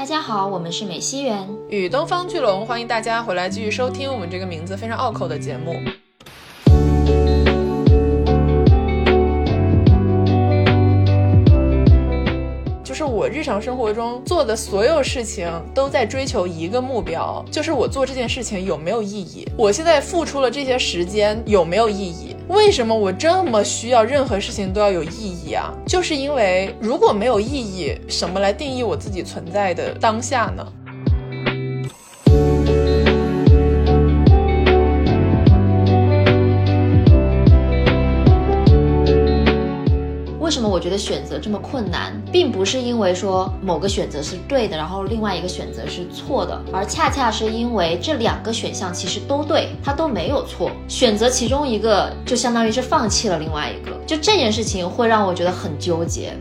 大家好，我们是美西园与东方巨龙，欢迎大家回来继续收听我们这个名字非常拗口的节目。就是我日常生活中做的所有事情都在追求一个目标，就是我做这件事情有没有意义，我现在付出了这些时间有没有意义，为什么我这么需要任何事情都要有意义啊？就是因为如果没有意义，什么来定义我自己存在的当下呢？ 为什么我觉得选择这么困难，并不是因为说某个选择是对的，然后另外一个选择是错的，而恰恰是因为这两个选项其实都对，它都没有错，选择其中一个就相当于是放弃了另外一个，就这件事情会让我觉得很纠结。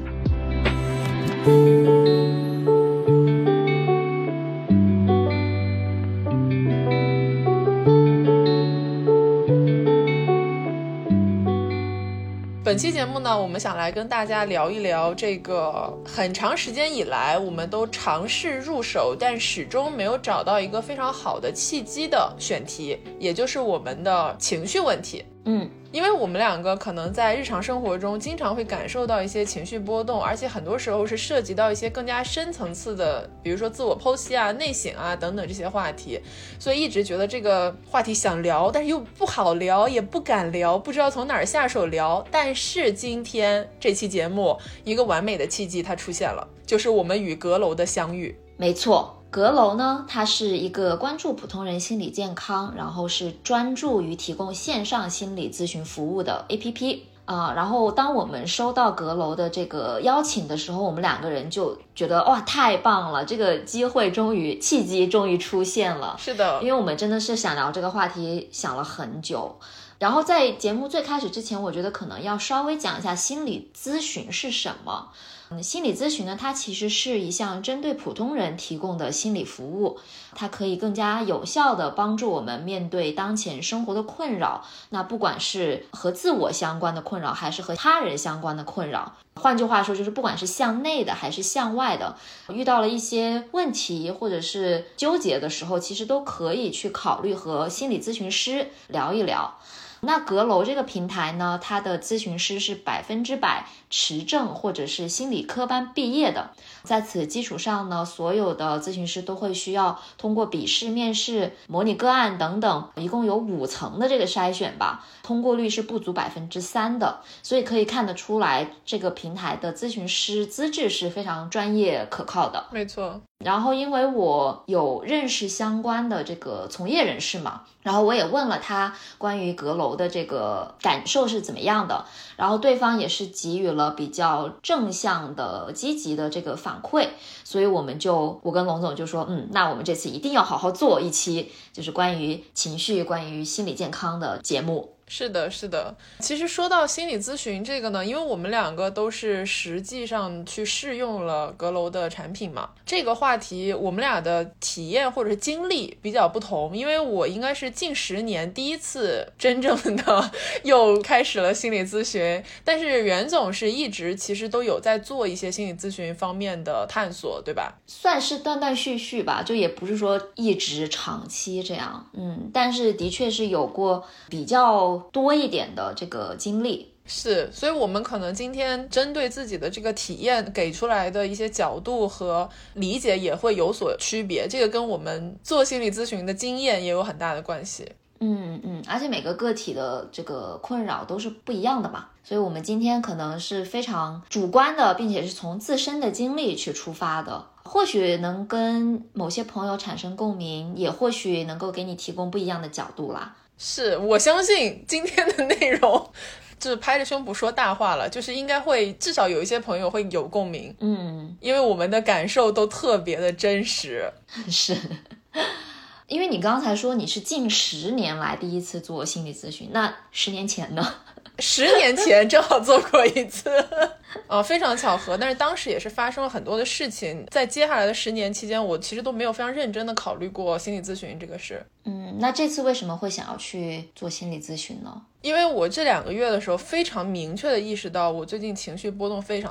本期节目呢，我们想来跟大家聊一聊这个很长时间以来我们都尝试入手，但始终没有找到一个非常好的契机的选题，也就是我们的情绪问题。因为我们两个可能在日常生活中经常会感受到一些情绪波动，而且很多时候是涉及到一些更加深层次的，比如说自我剖析啊、内省啊等等这些话题，所以一直觉得这个话题想聊，但是又不好聊，也不敢聊，不知道从哪儿下手聊。但是今天这期节目一个完美的契机它出现了，就是我们与阁楼的相遇。 没错，阁楼呢，它是一个关注普通人心理健康，然后是专注于提供线上心理咨询服务的 APP 然后当我们收到阁楼的这个邀请的时候，我们两个人就觉得哇，太棒了，这个机会契机终于出现了。 是的， 因为我们真的是想聊这个话题想了很久。然后在节目最开始之前，我觉得可能要稍微讲一下心理咨询是什么。心理咨询呢，它其实是一项针对普通人提供的心理服务，它可以更加有效地帮助我们面对当前生活的困扰，那不管是和自我相关的困扰，还是和他人相关的困扰，换句话说就是不管是向内的还是向外的，遇到了一些问题或者是纠结的时候，其实都可以去考虑和心理咨询师聊一聊。那阁楼这个平台呢，它的咨询师是100%持证或者是心理科班毕业的，在此基础上呢，所有的咨询师都会需要通过笔试、面试、模拟个案等等，一共有5层的这个筛选吧，通过率是不足3%的，所以可以看得出来这个平台的咨询师资质是非常专业可靠的。 没错。 然后因为我有认识相关的这个从业人士嘛，然后我也问了他关于阁楼的这个感受是怎么样的，然后对方也是给予了比较正向的积极的这个反馈，所以我跟龙总就说那我们这次一定要好好做一期就是关于情绪关于心理健康的节目。 是的，是的。其实说到心理咨询这个呢，因为我们两个都是实际上去试用了阁楼的产品嘛，这个话题我们俩的体验或者是经历比较不同，因为我应该是近10年第一次真正的又开始了心理咨询，但是袁总是一直其实都有在做一些心理咨询方面的探索，对吧？ 算是断断续续吧，就也不是说一直长期这样，但是的确是有过比较多一点的这个经历。 是，所以我们可能今天针对自己的这个体验给出来的一些角度和理解也会有所区别，这个跟我们做心理咨询的经验也有很大的关系。 而且每个个体的这个困扰都是不一样的嘛，所以我们今天可能是非常主观的，并且是从自身的经历去出发的，或许能跟某些朋友产生共鸣，也或许能够给你提供不一样的角度啦。 是，我相信今天的内容就是拍着胸脯说大话了，就是应该会至少有一些朋友会有共鸣，因为我们的感受都特别的真实。 是因为你刚才说你是近10年来第一次做心理咨询，那10年前呢 ？10年前正好做过一次非常巧合，但是当时也是发生了很多的事情，在接下来的10年期间，我其实都没有非常认真的考虑过心理咨询这个事。 那这次为什么会想要去做心理咨询呢？ 因为我这2个月的时候非常明确的意识到我最近情绪波动非常大，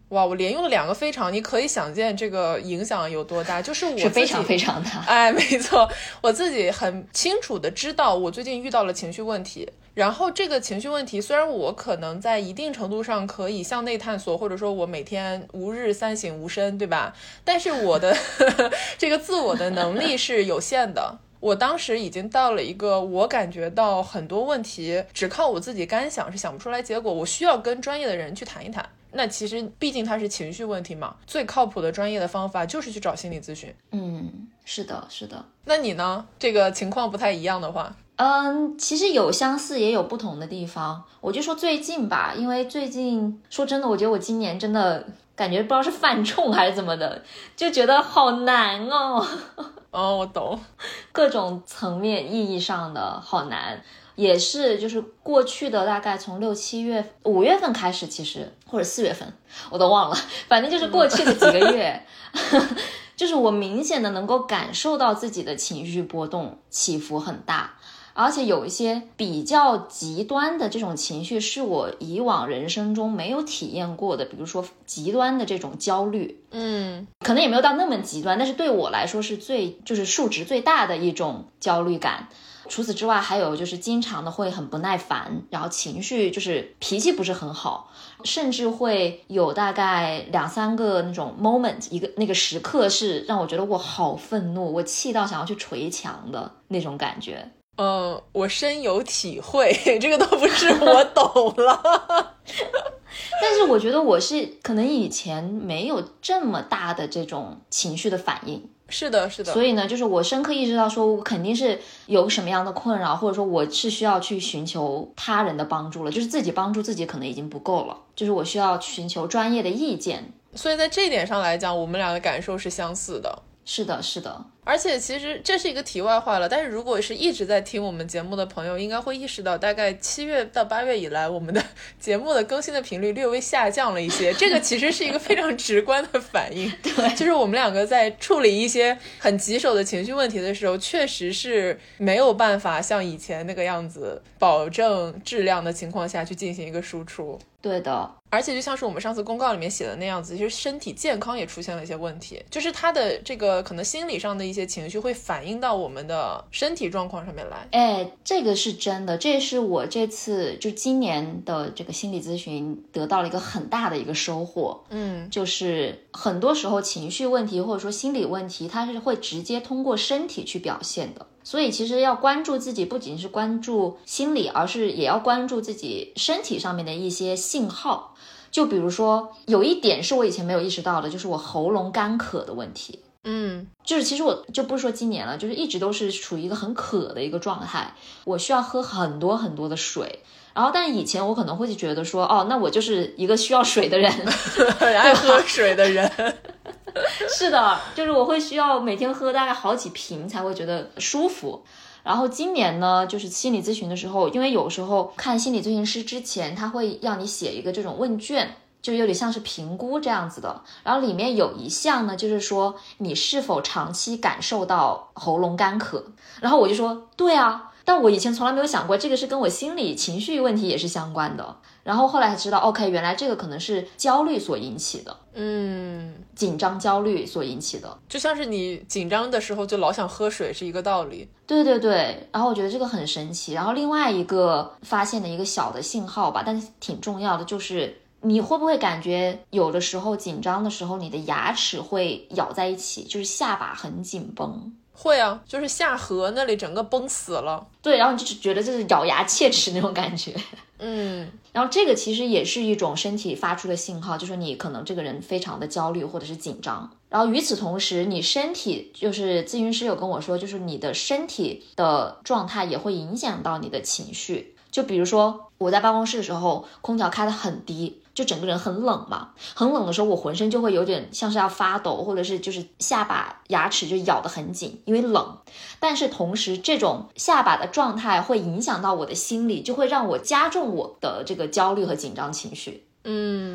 哇，我连用了2个非常，你可以想见这个影响有多大。就是我自己是非常非常大。 哎，没错，我自己很清楚的知道我最近遇到了情绪问题。然后这个情绪问题，虽然我可能在一定程度上可以向内探索，或者说我每天吾日三省吾身，对吧？但是我的这个自我的能力是有限的。我当时已经到了一个我感觉到很多问题只靠我自己干想是想不出来结果，我需要跟专业的人去谈一谈。那其实毕竟它是情绪问题嘛，最靠谱的专业的方法就是去找心理咨询。 是的是的。 那你呢？这个情况不太一样的话， 其实有相似也有不同的地方。我就说最近吧，因为最近说真的，我觉得我今年真的感觉不知道是犯冲还是怎么的，就觉得好难哦。 我懂， 各种层面意义上的好难。也是就是过去的大概从6、7月、5月份开始，其实或者4月份我都忘了，反正就是过去的几个月就是我明显的能够感受到自己的情绪波动起伏很大，而且有一些比较极端的这种情绪是我以往人生中没有体验过的，比如说极端的这种焦虑，可能也没有到那么极端，但是对我来说是就是数值最大的一种焦虑感。除此之外，还有就是经常的会很不耐烦，然后情绪就是脾气不是很好，甚至会有大概2、3个那种 moment， 一个那个时刻是让我觉得我好愤怒，我气到想要去捶墙的那种感觉。 我深有体会，这个都不是我懂了。 但是我觉得我是可能以前没有这么大的这种情绪的反应。 是的，是的。 所以呢，就是我深刻意识到说我肯定是有什么样的困扰，或者说我是需要去寻求他人的帮助了，就是自己帮助自己可能已经不够了，就是我需要寻求专业的意见。 所以在这一点上来讲，我们俩的感受是相似的。 是的是的。 而且其实这是一个题外话了，但是如果是一直在听我们节目的朋友应该会意识到，大概7月到8月以来，我们的节目的更新的频率略微下降了一些，这个其实是一个非常直观的反应。 对， 就是我们两个在处理一些很棘手的情绪问题的时候，确实是没有办法像以前那个样子保证质量的情况下去进行一个输出。 对的。 而且就像是我们上次公告里面写的那样子，其实身体健康也出现了一些问题，就是他的这个可能心理上的一些情绪会反映到我们的身体状况上面来。 这个是真的，这是我这次就今年的这个心理咨询得到了一个很大的一个收获。就是很多时候情绪问题或者说心理问题，它是会直接通过身体去表现的。所以其实要关注自己，不仅是关注心理，而是也要关注自己身体上面的一些信号。就比如说有一点是我以前没有意识到的，就是我喉咙干渴的问题。就是其实我就不是说今年了，就是一直都是处于一个很渴的一个状态，我需要喝很多很多的水。然后但是以前我可能会觉得说，那我就是一个需要水的人爱喝水的人是的，就是我会需要每天喝大概好几瓶才会觉得舒服。然后今年呢，就是心理咨询的时候，因为有时候看心理咨询师之前他会让你写一个这种问卷，就有点像是评估这样子的，然后里面有一项呢，就是说你是否长期感受到喉咙干渴。然后我就说对啊，但我以前从来没有想过这个是跟我心理情绪问题也是相关的。然后后来才知道 OK， 原来这个可能是焦虑所引起的，紧张焦虑所引起的， 就像是你紧张的时候就老想喝水是一个道理。 对对对。然后我觉得这个很神奇。然后另外一个发现的一个小的信号吧，但是挺重要的，就是你会不会感觉有的时候紧张的时候你的牙齿会咬在一起，就是下巴很紧绷。 会啊，就是下颌那里整个绷死了。 对，然后你就觉得这是咬牙切齿那种感觉。然后这个其实也是一种身体发出的信号，就是你可能这个人非常的焦虑或者是紧张。然后与此同时，你身体就是咨询师有跟我说，就是你的身体的状态也会影响到你的情绪。就比如说我在办公室的时候，空调开得很低，就整个人很冷嘛，很冷的时候我浑身就会有点像是要发抖，或者是就是下巴牙齿就咬得很紧，因为冷。但是同时这种下巴的状态会影响到我的心理，就会让我加重我的这个焦虑和紧张情绪。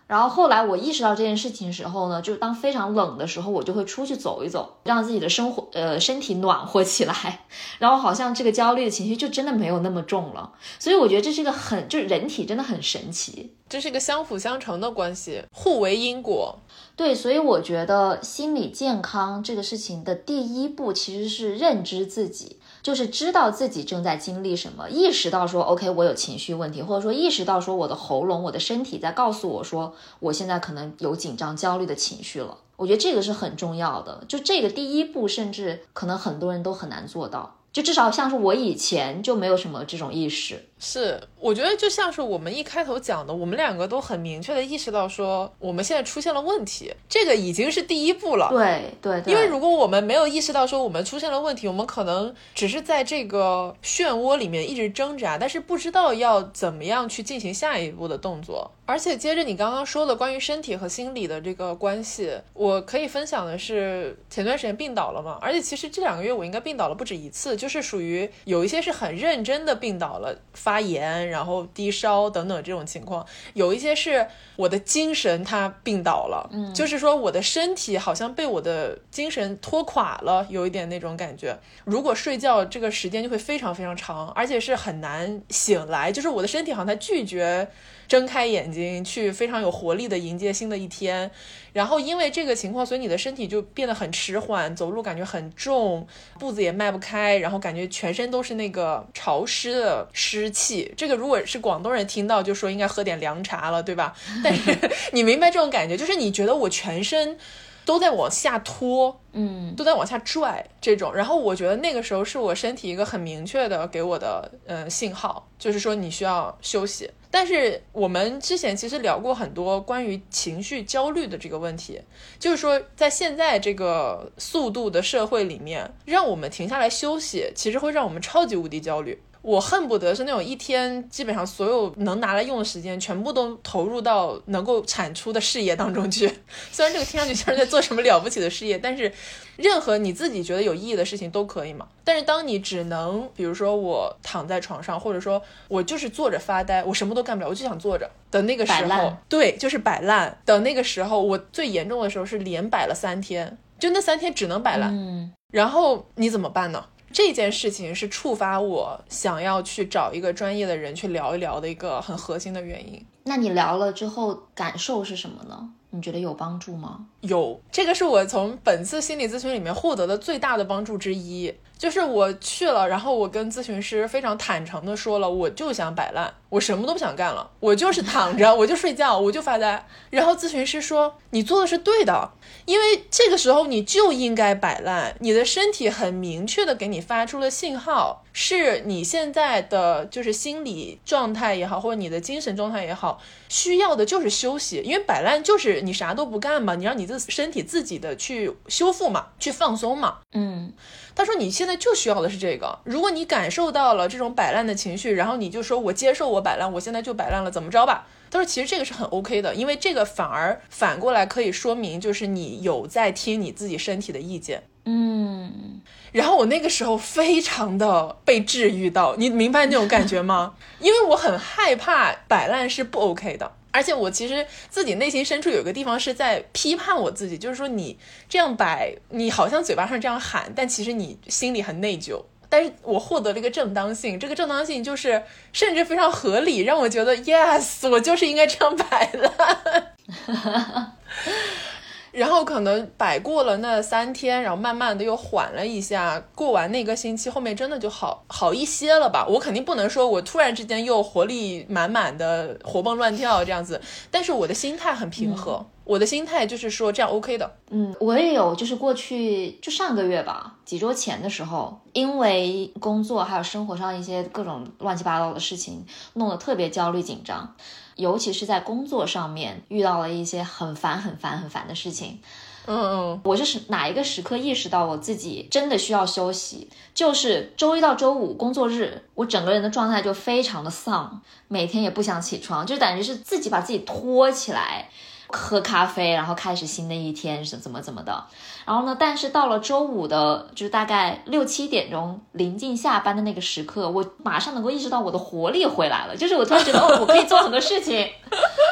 然后后来我意识到这件事情的时候呢，就当非常冷的时候，我就会出去走一走，让自己的身体暖和起来，然后好像这个焦虑的情绪就真的没有那么重了。所以我觉得这是一个就是人体真的很神奇， 这是一个相辅相成的关系，互为因果。 对，所以我觉得心理健康这个事情的第一步其实是认知自己，就是知道自己正在经历什么，意识到说 OK 我有情绪问题，或者说意识到说我的喉咙我的身体在告诉我说我现在可能有紧张焦虑的情绪了。我觉得这个是很重要的，就这个第一步甚至可能很多人都很难做到，就至少像是我以前就没有什么这种意识。 是，我觉得就像是我们一开头讲的，我们两个都很明确的意识到说我们现在出现了问题，这个已经是第一步了。 对对对， 因为如果我们没有意识到说我们出现了问题，我们可能只是在这个漩涡里面一直挣扎，但是不知道要怎么样去进行下一步的动作。而且接着你刚刚说的关于身体和心理的这个关系，我可以分享的是前段时间病倒了嘛，而且其实这2个月我应该病倒了不止一次，就是属于有一些是很认真的病倒了，发炎然后低烧等等这种情况，有一些是我的精神它病倒了，就是说我的身体好像被我的精神拖垮了，有一点那种感觉。如果睡觉这个时间就会非常非常长，而且是很难醒来，就是我的身体好像它拒绝睁开眼睛去非常有活力的迎接新的一天。然后因为这个情况，所以你的身体就变得很迟缓，走路感觉很重，步子也迈不开，然后感觉全身都是那个潮湿的湿气。这个如果是广东人听到就说应该喝点凉茶了，对吧？但是你明白这种感觉，就是你觉得我全身都在往下拖，都在往下拽这种。然后我觉得那个时候是我身体一个很明确的给我的信号，就是说你需要休息。但是我们之前其实聊过很多关于情绪焦虑的这个问题，就是说在现在这个速度的社会里面，让我们停下来休息其实会让我们超级无敌焦虑。我恨不得是那种一天基本上所有能拿来用的时间全部都投入到能够产出的事业当中去。虽然这个听上去像是在做什么了不起的事业，但是任何你自己觉得有意义的事情都可以嘛。但是当你只能比如说我躺在床上，或者说我就是坐着发呆，我什么都干不了，我就想坐着的那个时候，对，就是摆烂的那个时候，我最严重的时候是连摆了3天，就那3天只能摆烂。然后你怎么办呢？这件事情是触发我想要去找一个专业的人去聊一聊的一个很核心的原因。 那你聊了之后感受是什么呢？你觉得有帮助吗？ 有，这个是我从本次心理咨询里面获得的最大的帮助之一。就是我去了，然后我跟咨询师非常坦诚的说了，我就想摆烂，我什么都不想干了，我就是躺着，我就睡觉，我就发呆。然后咨询师说，你做的是对的，因为这个时候你就应该摆烂，你的身体很明确的给你发出了信号，是你现在的就是心理状态也好，或者你的精神状态也好，需要的就是休息。因为摆烂就是你啥都不干嘛，你让你的身体自己的去修复嘛，去放松嘛。他说你现在就需要的是这个。如果你感受到了这种摆烂的情绪，然后你就说我接受我摆烂，我现在就摆烂了，怎么着吧。他说其实这个是很 OK 的，因为这个反过来可以说明就是你有在听你自己身体的意见。然后我那个时候非常的被治愈到，你明白那种感觉吗？因为我很害怕摆烂是不 OK 的，而且我其实自己内心深处有一个地方是在批判我自己，就是说你这样摆，你好像嘴巴上这样喊，但其实你心里很内疚。但是我获得了一个正当性，这个正当性就是甚至非常合理，让我觉得 yes 我就是应该这样摆烂。然后可能摆过了那3天，然后慢慢的又缓了一下，过完那个星期后面真的就好一些了吧。我肯定不能说我突然之间又活力满满的活蹦乱跳这样子，但是我的心态很平和。我的心态就是说这样 OK 的。 我也有，就是过去就上个月吧，几周前的时候，因为工作还有生活上一些各种乱七八糟的事情，弄得特别焦虑紧张，尤其是在工作上面遇到了一些很烦的事情。我是哪一个时刻意识到我自己真的需要休息，就是周一到周五工作日，我整个人的状态就非常的丧，每天也不想起床，就感觉是自己把自己拖起来喝咖啡，然后开始新的一天是怎么的。然后呢，但是到了周五的就是大概6、7点钟临近下班的那个时刻，我马上能够意识到我的活力回来了，就是我突然觉得我可以做很多事情。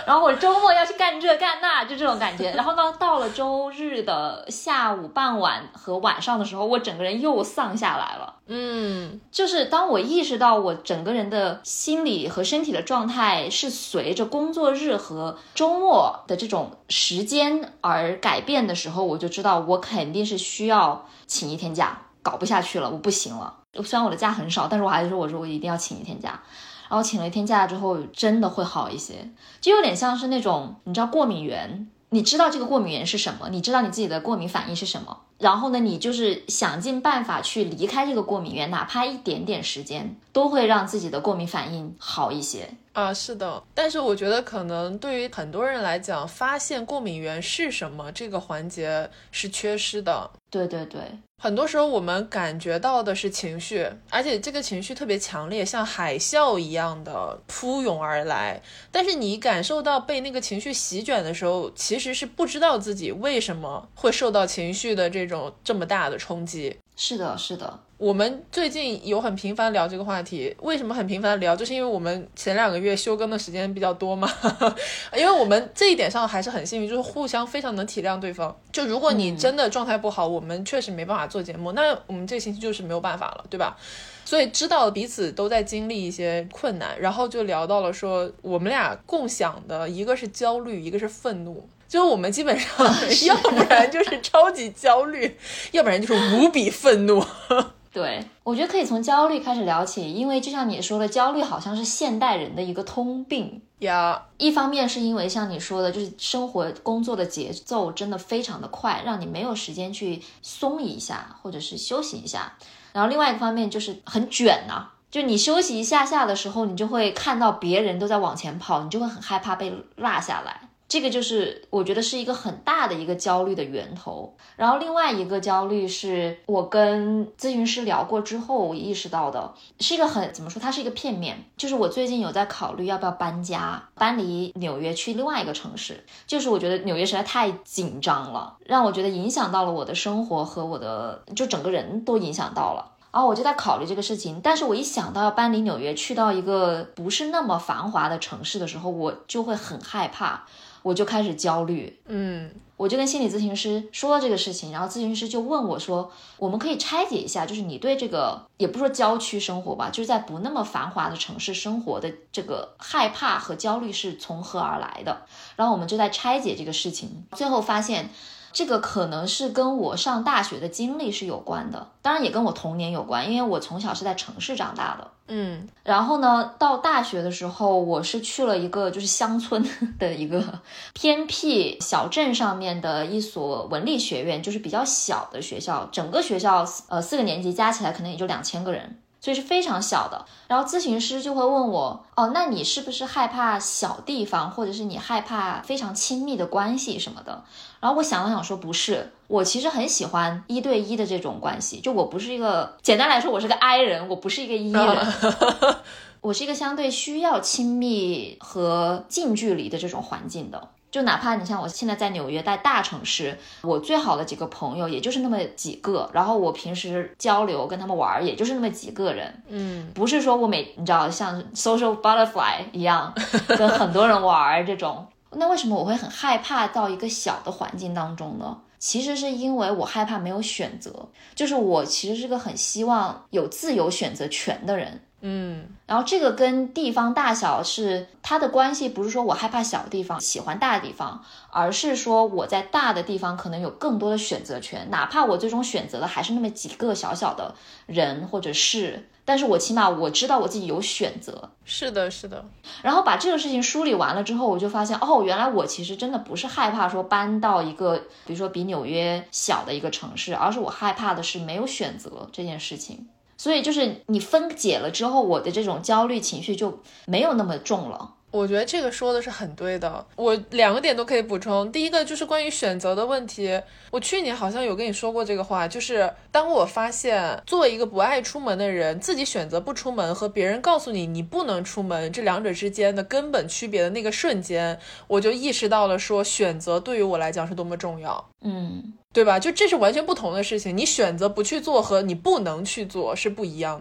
然后我周末要去干这干那，就这种感觉。然后呢，到了周日的下午傍晚和晚上的时候，我整个人又丧下来了。就是当我意识到我整个人的心理和身体的状态是随着工作日和周末的这种时间而改变的时候，我就知道我肯定是需要请一天假，搞不下去了，我不行了。虽然我的假很少，但是我还是说我一定要请一天假。然后请了一天假之后真的会好一些，就有点像是那种你知道过敏源，你知道这个过敏源是什么，你知道你自己的过敏反应是什么，然后呢你就是想尽办法去离开这个过敏源，哪怕一点点时间都会让自己的过敏反应好一些啊。是的，但是我觉得可能对于很多人来讲，发现过敏源是什么这个环节是缺失的。 对对对， 很多时候我们感觉到的是情绪，而且这个情绪特别强烈，像海啸一样的扑涌而来，但是你感受到被那个情绪席卷的时候，其实是不知道自己为什么会受到情绪的这么大的冲击。 是的是的， 我们最近有很频繁聊这个话题，为什么很频繁的聊，就是因为我们前2个月休更的时间比较多嘛因为我们这一点上还是很幸运，就是互相非常能体谅对方，就如果你真的状态不好，我们确实没办法做节目，那我们这星期就是没有办法了，对吧？所以知道彼此都在经历一些困难，然后就聊到了说我们俩共享的一个是焦虑，一个是愤怒，就是我们基本上要不然就是超级焦虑，要不然就是无比愤怒对，我觉得可以从焦虑开始聊起，因为就像你说的，焦虑好像是现代人的一个通病呀。 一方面是因为像你说的，就是生活工作的节奏真的非常的快，让你没有时间去松一下或者是休息一下。然后另外一个方面就是很卷啊，就你休息一下下的时候，你就会看到别人都在往前跑，你就会很害怕被落下来。这个就是我觉得是一个很大的一个焦虑的源头。然后另外一个焦虑是我跟咨询师聊过之后我意识到的，是一个很怎么说，它是一个片面，就是我最近有在考虑要不要搬家，搬离纽约去另外一个城市，就是我觉得纽约实在太紧张了，让我觉得影响到了我的生活和我的就整个人都影响到了。然后我就在考虑这个事情，但是我一想到要搬离纽约去到一个不是那么繁华的城市的时候，我就会很害怕，我就开始焦虑。我就跟心理咨询师说了这个事情，然后咨询师就问我说，我们可以拆解一下，就是你对这个也不说郊区生活吧，就是在不那么繁华的城市生活的这个害怕和焦虑是从何而来的。然后我们就在拆解这个事情，最后发现这个可能是跟我上大学的经历是有关的，当然也跟我童年有关，因为我从小是在城市长大的。然后呢，到大学的时候，我是去了一个就是乡村的一个偏僻小镇上面的一所文理学院，就是比较小的学校，整个学校4个年级加起来可能也就2000个人，所以是非常小的。然后咨询师就会问我，那你是不是害怕小地方，或者是你害怕非常亲密的关系什么的？然后我想了想说，不是，我其实很喜欢1对1的这种关系，就我不是一个，简单来说我是个 I 人，我不是一个 E 人我是一个相对需要亲密和近距离的这种环境的。就哪怕你像我现在在纽约，在大城市，我最好的几个朋友也就是那么几个，然后我平时交流跟他们玩也就是那么几个人，不是说我你知道像 social butterfly 一样跟很多人玩这种。那为什么我会很害怕到一个小的环境当中呢？其实是因为我害怕没有选择，就是我其实是个很希望有自由选择权的人。然后这个跟地方大小是它的关系，不是说我害怕小地方喜欢大地方，而是说我在大的地方可能有更多的选择权，哪怕我最终选择的还是那么几个小小的人或者事，但是我起码我知道我自己有选择。 是的是的。 然后把这个事情梳理完了之后，我就发现原来我其实真的不是害怕说搬到一个比如说比纽约小的一个城市，而是我害怕的是没有选择这件事情。所以就是你分解了之后，我的这种焦虑情绪就没有那么重了。 我觉得这个说的是很对的，我2个点都可以补充。第一个就是关于选择的问题，我去年好像有跟你说过这个话，就是当我发现作为一个不爱出门的人，自己选择不出门和别人告诉你你不能出门这两者之间的根本区别的那个瞬间，我就意识到了说选择对于我来讲是多么重要。对吧？就这是完全不同的事情，你选择不去做和你不能去做是不一样的。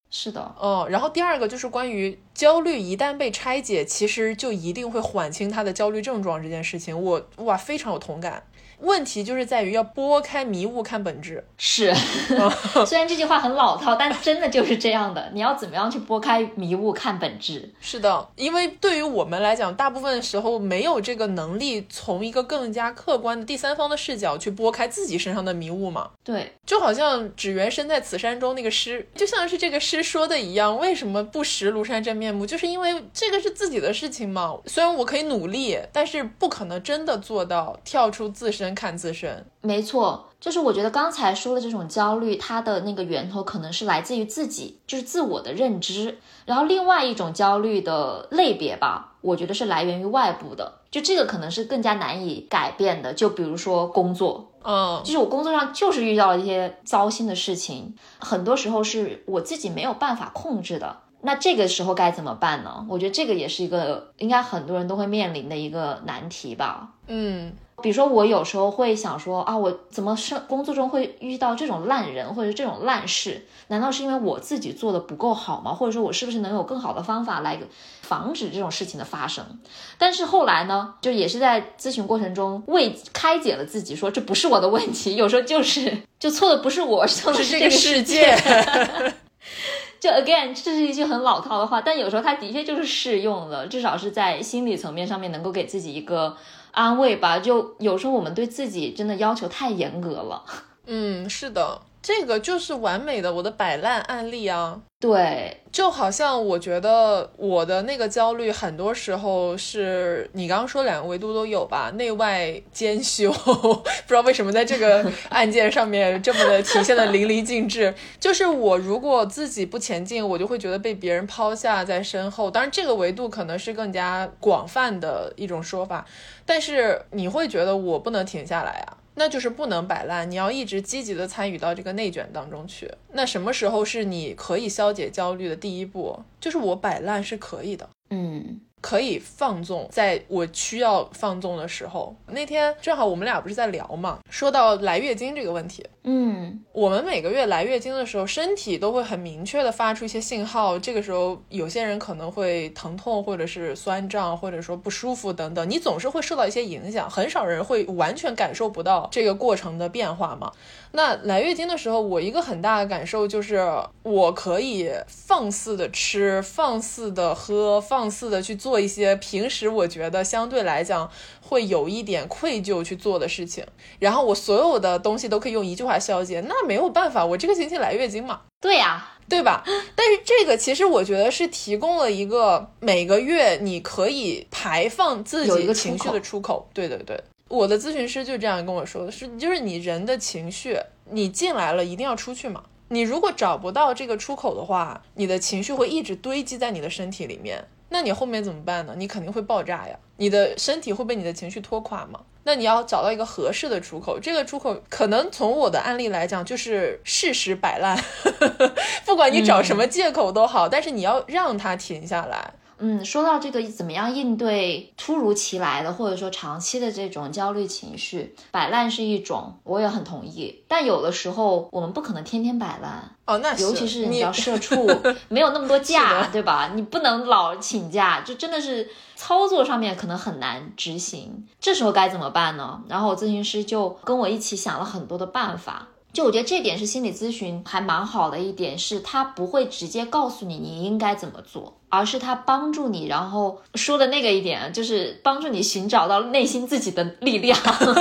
是的。 然后第二个就是关于焦虑一旦被拆解，其实就一定会缓清他的焦虑症状这件事情，我非常有同感。问题就是在于要拨开迷雾看本质。 是虽然这句话很老套，但真的就是这样的，你要怎么样去拨开迷雾看本质。 是的，因为对于我们来讲，大部分时候没有这个能力从一个更加客观的第三方的视角去拨开自己身上的迷雾嘛。 对， 就好像只缘身在此山中那个诗，就像是这个诗说的一样，为什么不识庐山真面目，就是因为这个是自己的事情嘛。虽然我可以努力，但是不可能真的做到跳出自身看自身。 没错，就是我觉得刚才说的这种焦虑，它的那个源头可能是来自于自己，就是自我的认知。然后另外一种焦虑的类别吧，我觉得是来源于外部的，就这个可能是更加难以改变的。就比如说工作，就是我工作上就是遇到了一些糟心的事情，很多时候是我自己没有办法控制的。那这个时候该怎么办呢？我觉得这个也是一个应该很多人都会面临的一个难题吧。比如说我有时候会想说啊，我怎么工作中会遇到这种烂人或者这种烂事？难道是因为我自己做的不够好吗？或者说我是不是能有更好的方法来防止这种事情的发生？但是后来呢，就也是在咨询过程中开解了自己，说这不是我的问题，有时候就错的不是我，错的是这个世界。就 again 这是一句很老套的话，但有时候它的确就是适用的，至少是在心理层面上面能够给自己一个安慰吧。就有时候我们对自己真的要求太严格了。 是的，这个就是完美的我的摆烂案例啊。 对， 就好像我觉得我的那个焦虑很多时候是你刚刚说两个维度都有吧，内外兼修不知道为什么在这个案件上面这么的体现的淋漓尽致。就是我如果自己不前进，我就会觉得被别人抛下在身后，当然这个维度可能是更加广泛的一种说法，但是你会觉得我不能停下来啊，那就是不能摆烂，你要一直积极的参与到这个内卷当中去。那什么时候是你可以消解焦虑的第一步？就是我摆烂是可以的，可以放纵，在我需要放纵的时候。那天正好我们俩不是在聊嘛，说到来月经这个问题。我们每个月来月经的时候，身体都会很明确的发出一些信号，这个时候有些人可能会疼痛，或者是酸胀，或者说不舒服等等，你总是会受到一些影响，很少人会完全感受不到这个过程的变化嘛。那来月经的时候，我一个很大的感受就是我可以放肆的吃，放肆的喝，放肆的去做一些平时我觉得相对来讲会有一点愧疚去做的事情，然后我所有的东西都可以用一句话消解，那没有办法，我这个星期来月经嘛。 对呀， 对吧？但是这个其实我觉得是提供了一个每个月你可以排放自己情绪的出口。对对对，我的咨询师就这样跟我说的，就是你人的情绪你进来了一定要出去嘛，你如果找不到这个出口的话，你的情绪会一直堆积在你的身体里面，那你后面怎么办呢？你肯定会爆炸呀，你的身体会被你的情绪拖垮嘛。那你要找到一个合适的出口，这个出口可能从我的案例来讲就是适时摆烂不管你找什么借口都好，但是你要让它停下来。 说到这个怎么样应对突如其来的或者说长期的这种焦虑情绪，摆烂是一种，我也很同意，但有的时候我们不可能天天摆烂。 那是， 尤其是你要社畜没有那么多假对吧，你不能老请假，就真的是操作上面可能很难执行，这时候该怎么办呢？然后我咨询师就跟我一起想了很多的办法。就我觉得这点是心理咨询还蛮好的一点，是他不会直接告诉你你应该怎么做，而是他帮助你，然后说的那个一点就是帮助你寻找到内心自己的力量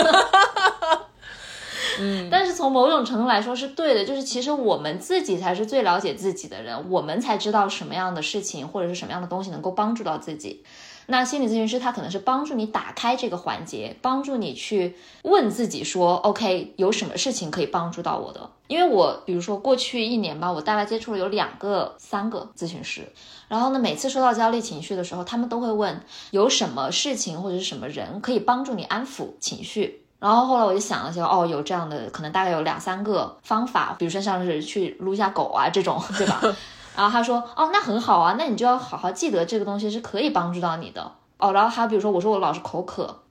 但是从某种程度来说是对的，就是其实我们自己才是最了解自己的人，我们才知道什么样的事情或者是什么样的东西能够帮助到自己。那心理咨询师他可能是帮助你打开这个环节，帮助你去问自己说 OK 有什么事情可以帮助到我的。因为我比如说过去1年吧，我大概接触了有3个咨询师，然后呢每次说到焦虑情绪的时候，他们都会问有什么事情或者是什么人可以帮助你安抚情绪。然后后来我就想了一下，有这样的可能大概有2-3个方法，比如说像是去撸一下狗啊这种，对吧然后他说那很好啊，那你就要好好记得这个东西是可以帮助到你的。然后还有比如说我说我老是口渴，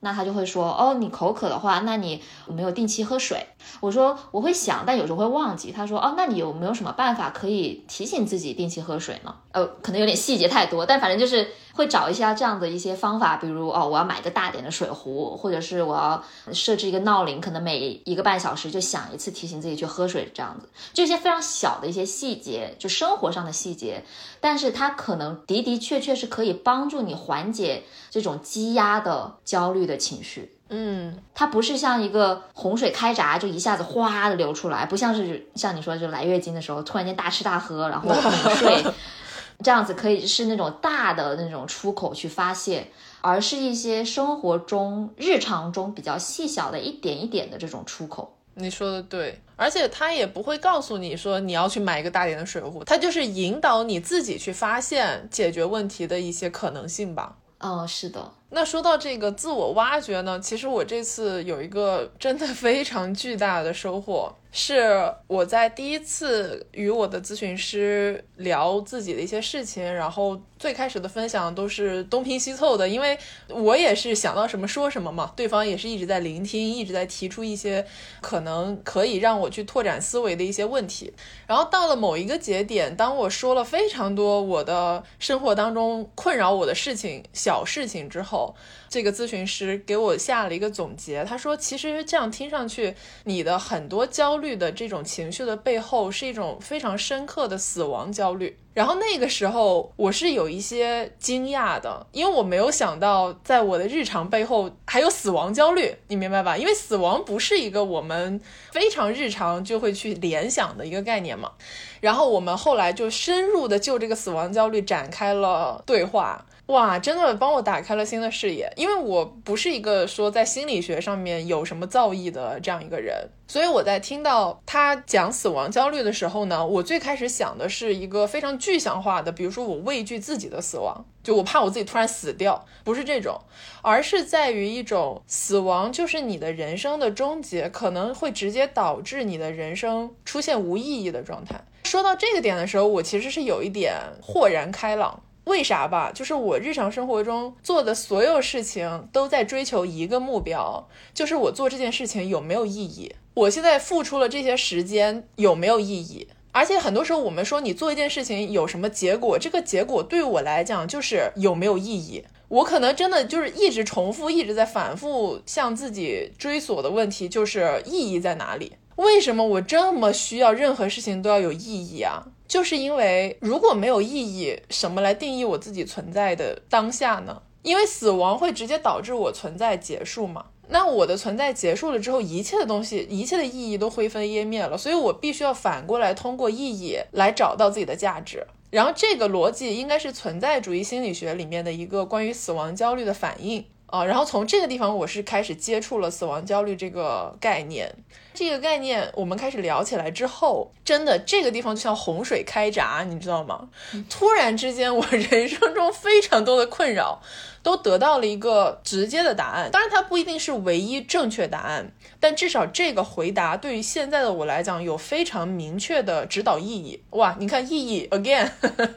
那他就会说，哦，你口渴的话，那你没有定期喝水。我说我会想，但有时候会忘记。他说，哦，那你有没有什么办法可以提醒自己定期喝水呢？可能有点细节太多，但反正就是会找一下这样的一些方法，比如我要买个大点的水壶，或者是我要设置一个闹铃，可能每1个半小时就响一次，提醒自己去喝水，这样子，就一些非常小的一些细节，就生活上的细节，但是它可能的的确确是可以帮助你缓解这种积压的焦虑的情绪。它不是像一个洪水开闸就一下子哗的流出来，不像是像你说就来月经的时候突然间大吃大喝然后猛睡这样子可以是那种大的那种出口去发泄，而是一些生活中日常中比较细小的一点一点的这种出口。 你说的对，而且他也不会告诉你说你要去买一个大点的水壶，他就是引导你自己去发现解决问题的一些可能性吧。 是的。 那说到这个自我挖掘呢，其实我这次有一个真的非常巨大的收获，是我在第一次与我的咨询师聊自己的一些事情，然后最开始的分享都是东拼西凑的，因为我也是想到什么说什么嘛，对方也是一直在聆听，一直在提出一些可能可以让我去拓展思维的一些问题。然后到了某一个节点，当我说了非常多我的生活当中困扰我的事情小事情之后，这个咨询师给我下了一个总结，他说其实这样听上去你的很多焦虑的这种情绪的背后是一种非常深刻的死亡焦虑。然后那个时候我是有一些惊讶的，因为我没有想到在我的日常背后还有死亡焦虑，你明白吧？因为死亡不是一个我们非常日常就会去联想的一个概念嘛。然后我们后来就深入的就这个死亡焦虑展开了对话，哇，真的帮我打开了新的视野。因为我不是一个说在心理学上面有什么造诣的这样一个人，所以我在听到他讲死亡焦虑的时候呢，我最开始想的是一个非常具象化的，比如说我畏惧自己的死亡，就我怕我自己突然死掉，不是这种，而是在于一种死亡就是你的人生的终结，可能会直接导致你的人生出现无意义的状态。说到这个点的时候，我其实是有一点豁然开朗。为啥吧？就是我日常生活中做的所有事情都在追求一个目标，就是我做这件事情有没有意义，我现在付出了这些时间有没有意义。而且很多时候我们说你做一件事情有什么结果，这个结果对我来讲就是有没有意义。我可能真的就是一直重复，一直在反复向自己追索的问题就是意义在哪里？为什么我这么需要任何事情都要有意义啊？就是因为如果没有意义，什么来定义我自己存在的当下呢？因为死亡会直接导致我存在结束嘛。那我的存在结束了之后，一切的东西，一切的意义都灰飞烟灭了，所以我必须要反过来通过意义来找到自己的价值。然后这个逻辑应该是存在主义心理学里面的一个关于死亡焦虑的反应然后从这个地方我是开始接触了死亡焦虑这个概念。这个概念我们开始聊起来之后，真的这个地方就像洪水开闸，你知道吗？突然之间我人生中非常多的困扰都得到了一个直接的答案。当然它不一定是唯一正确答案，但至少这个回答对于现在的我来讲有非常明确的指导意义。哇，你看意义 again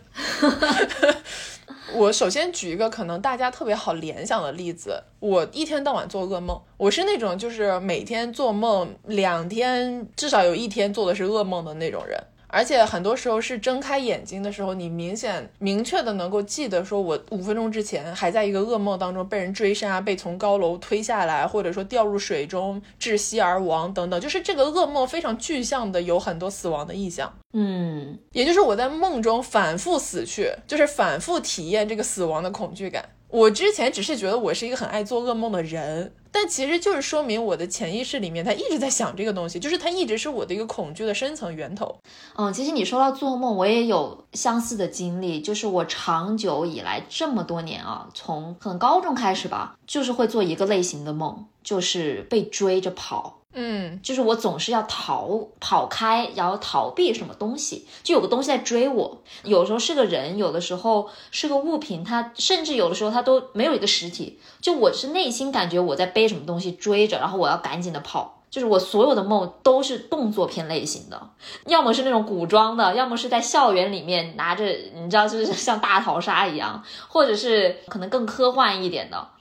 我首先举一个可能大家特别好联想的例子，我一天到晚做噩梦，我是那种就是每天做梦2天至少有1天做的是噩梦的那种人。而且很多时候是睁开眼睛的时候，你明确的能够记得说我5分钟之前还在一个噩梦当中被人追杀，被从高楼推下来，或者说掉入水中窒息而亡等等，就是这个噩梦非常具象的有很多死亡的意象。也就是我在梦中反复死去，就是反复体验这个死亡的恐惧感。我之前只是觉得我是一个很爱做噩梦的人，但其实就是说明我的潜意识里面他一直在想这个东西，就是他一直是我的一个恐惧的深层源头。 其实你说到做梦，我也有相似的经历，就是我长久以来这么多年从可能高中开始吧，就是会做一个类型的梦，就是被追着跑。就是我总是要跑开，然后逃避什么东西，就有个东西在追我，有时候是个人，有的时候是个物品，它甚至有的时候它都没有一个实体，就我是内心感觉我在被什么东西追着，然后我要赶紧的跑。就是我所有的梦都是动作片类型的，要么是那种古装的，要么是在校园里面拿着，你知道，就是像大逃杀一样，或者是可能更科幻一点的。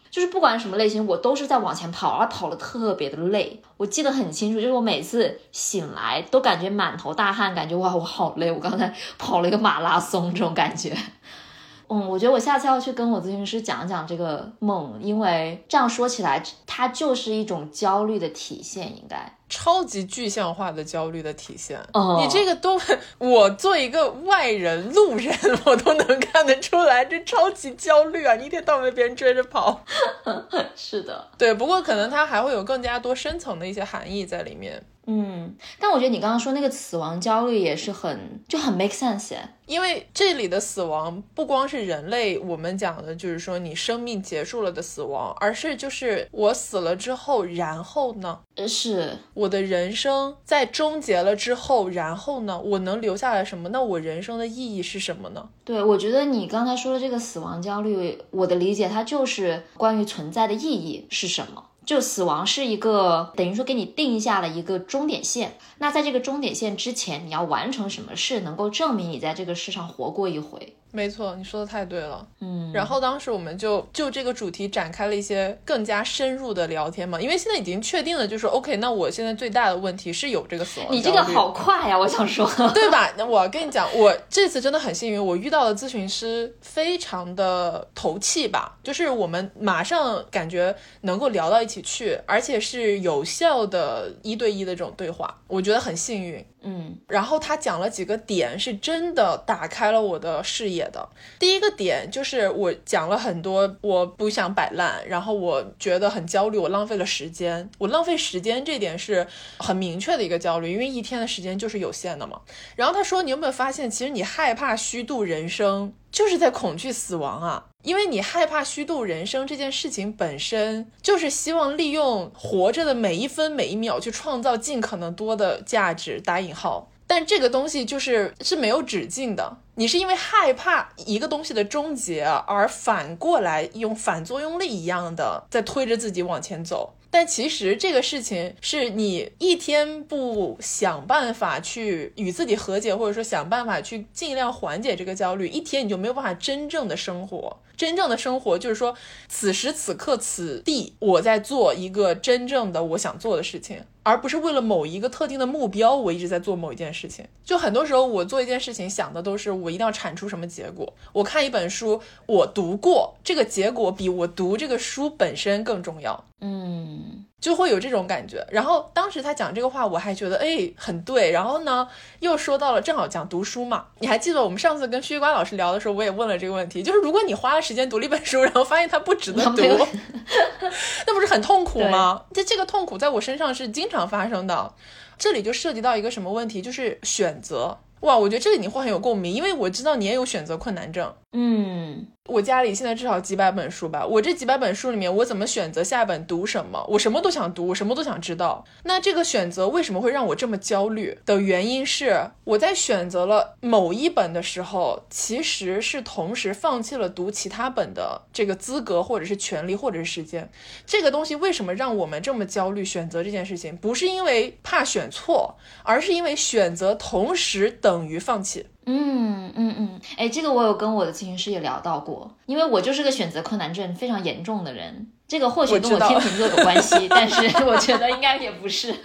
就是不管什么类型，我都是在往前跑，而跑得特别的累。我记得很清楚，就是我每次醒来都感觉满头大汗，感觉哇我好累，我刚才跑了一个马拉松这种感觉。我觉得我下次要去跟我咨询师讲讲这个梦，因为这样说起来它就是一种焦虑的体现，应该超级具象化的焦虑的体现。 你这个都我做一个外人路人我都能看得出来，这超级焦虑啊，你一天到晚被别人追着跑。 是的， 对，不过可能它还会有更加多深层的一些含义在里面。 但我觉得你刚刚说那个死亡焦虑也是很 make sense 耶。 因为这里的死亡不光是人类我们讲的就是说你生命结束了的死亡，而是就是我死了之后然后呢， 是我的人生在终结了之后然后呢，我能留下来什么？那我人生的意义是什么呢？ 对，我觉得你刚才说的这个死亡焦虑，我的理解它就是关于存在的意义是什么。就死亡是一个等于说给你定下了一个终点线，那在这个终点线之前你要完成什么事能够证明你在这个世上活过一回。 没错，你说的太对了。然后当时我们就这个主题展开了一些更加深入的聊天嘛，因为现在已经确定了，就是 OK， 那我现在最大的问题是有这个死亡焦虑。 你这个好快呀，我想说对吧？我跟你讲，我这次真的很幸运，我遇到的咨询师非常的投契吧，就是我们马上感觉能够聊到一起去，而且是有效的1对1的这种对话，我觉得很幸运。然后他讲了几个点是真的打开了我的视野的。第一个点就是我讲了很多我不想摆烂，然后我觉得很焦虑，我浪费了时间。我浪费时间这点是很明确的一个焦虑，因为一天的时间就是有限的嘛。然后他说，你有没有发现其实你害怕虚度人生就是在恐惧死亡啊？因为你害怕虚度人生这件事情本身就是希望利用活着的每一分每一秒去创造尽可能多的价值，打引号。但这个东西是没有止境的，你是因为害怕一个东西的终结而反过来用反作用力一样的在推着自己往前走。但其实这个事情是你一天不想办法去与自己和解，或者说想办法去尽量缓解这个焦虑，一天你就没有办法真正的生活。真正的生活就是说此时此刻此地我在做一个真正的我想做的事情，而不是为了某一个特定的目标我一直在做某一件事情。就很多时候我做一件事情想的都是我一定要产出什么结果，我看一本书我读过，这个结果比我读这个书本身更重要。就会有这种感觉。然后当时他讲这个话我还觉得很对，然后呢又说到了正好讲读书嘛，你还记得我们上次跟旭瓜老师聊的时候我也问了这个问题，就是如果你花了时间读了一本书然后发现它不值得读那不是很痛苦吗？这个痛苦在我身上是经常发生的。这里就涉及到一个什么问题，就是选择。哇，我觉得这里你会很有共鸣，因为我知道你也有选择困难症。我家里现在至少几百本书吧，我这几百本书里面我怎么选择下一本读什么，我什么都想读，我什么都想知道。那这个选择为什么会让我这么焦虑的原因是，我在选择了某一本的时候其实是同时放弃了读其他本的这个资格或者是权利或者是时间。这个东西为什么让我们这么焦虑选择这件事情，不是因为怕选错，而是因为选择同时等于放弃。 这个我有跟我的咨询师也聊到过，因为我就是个选择困难症非常严重的人，这个或许跟我天秤座有关系，但是我觉得应该也不是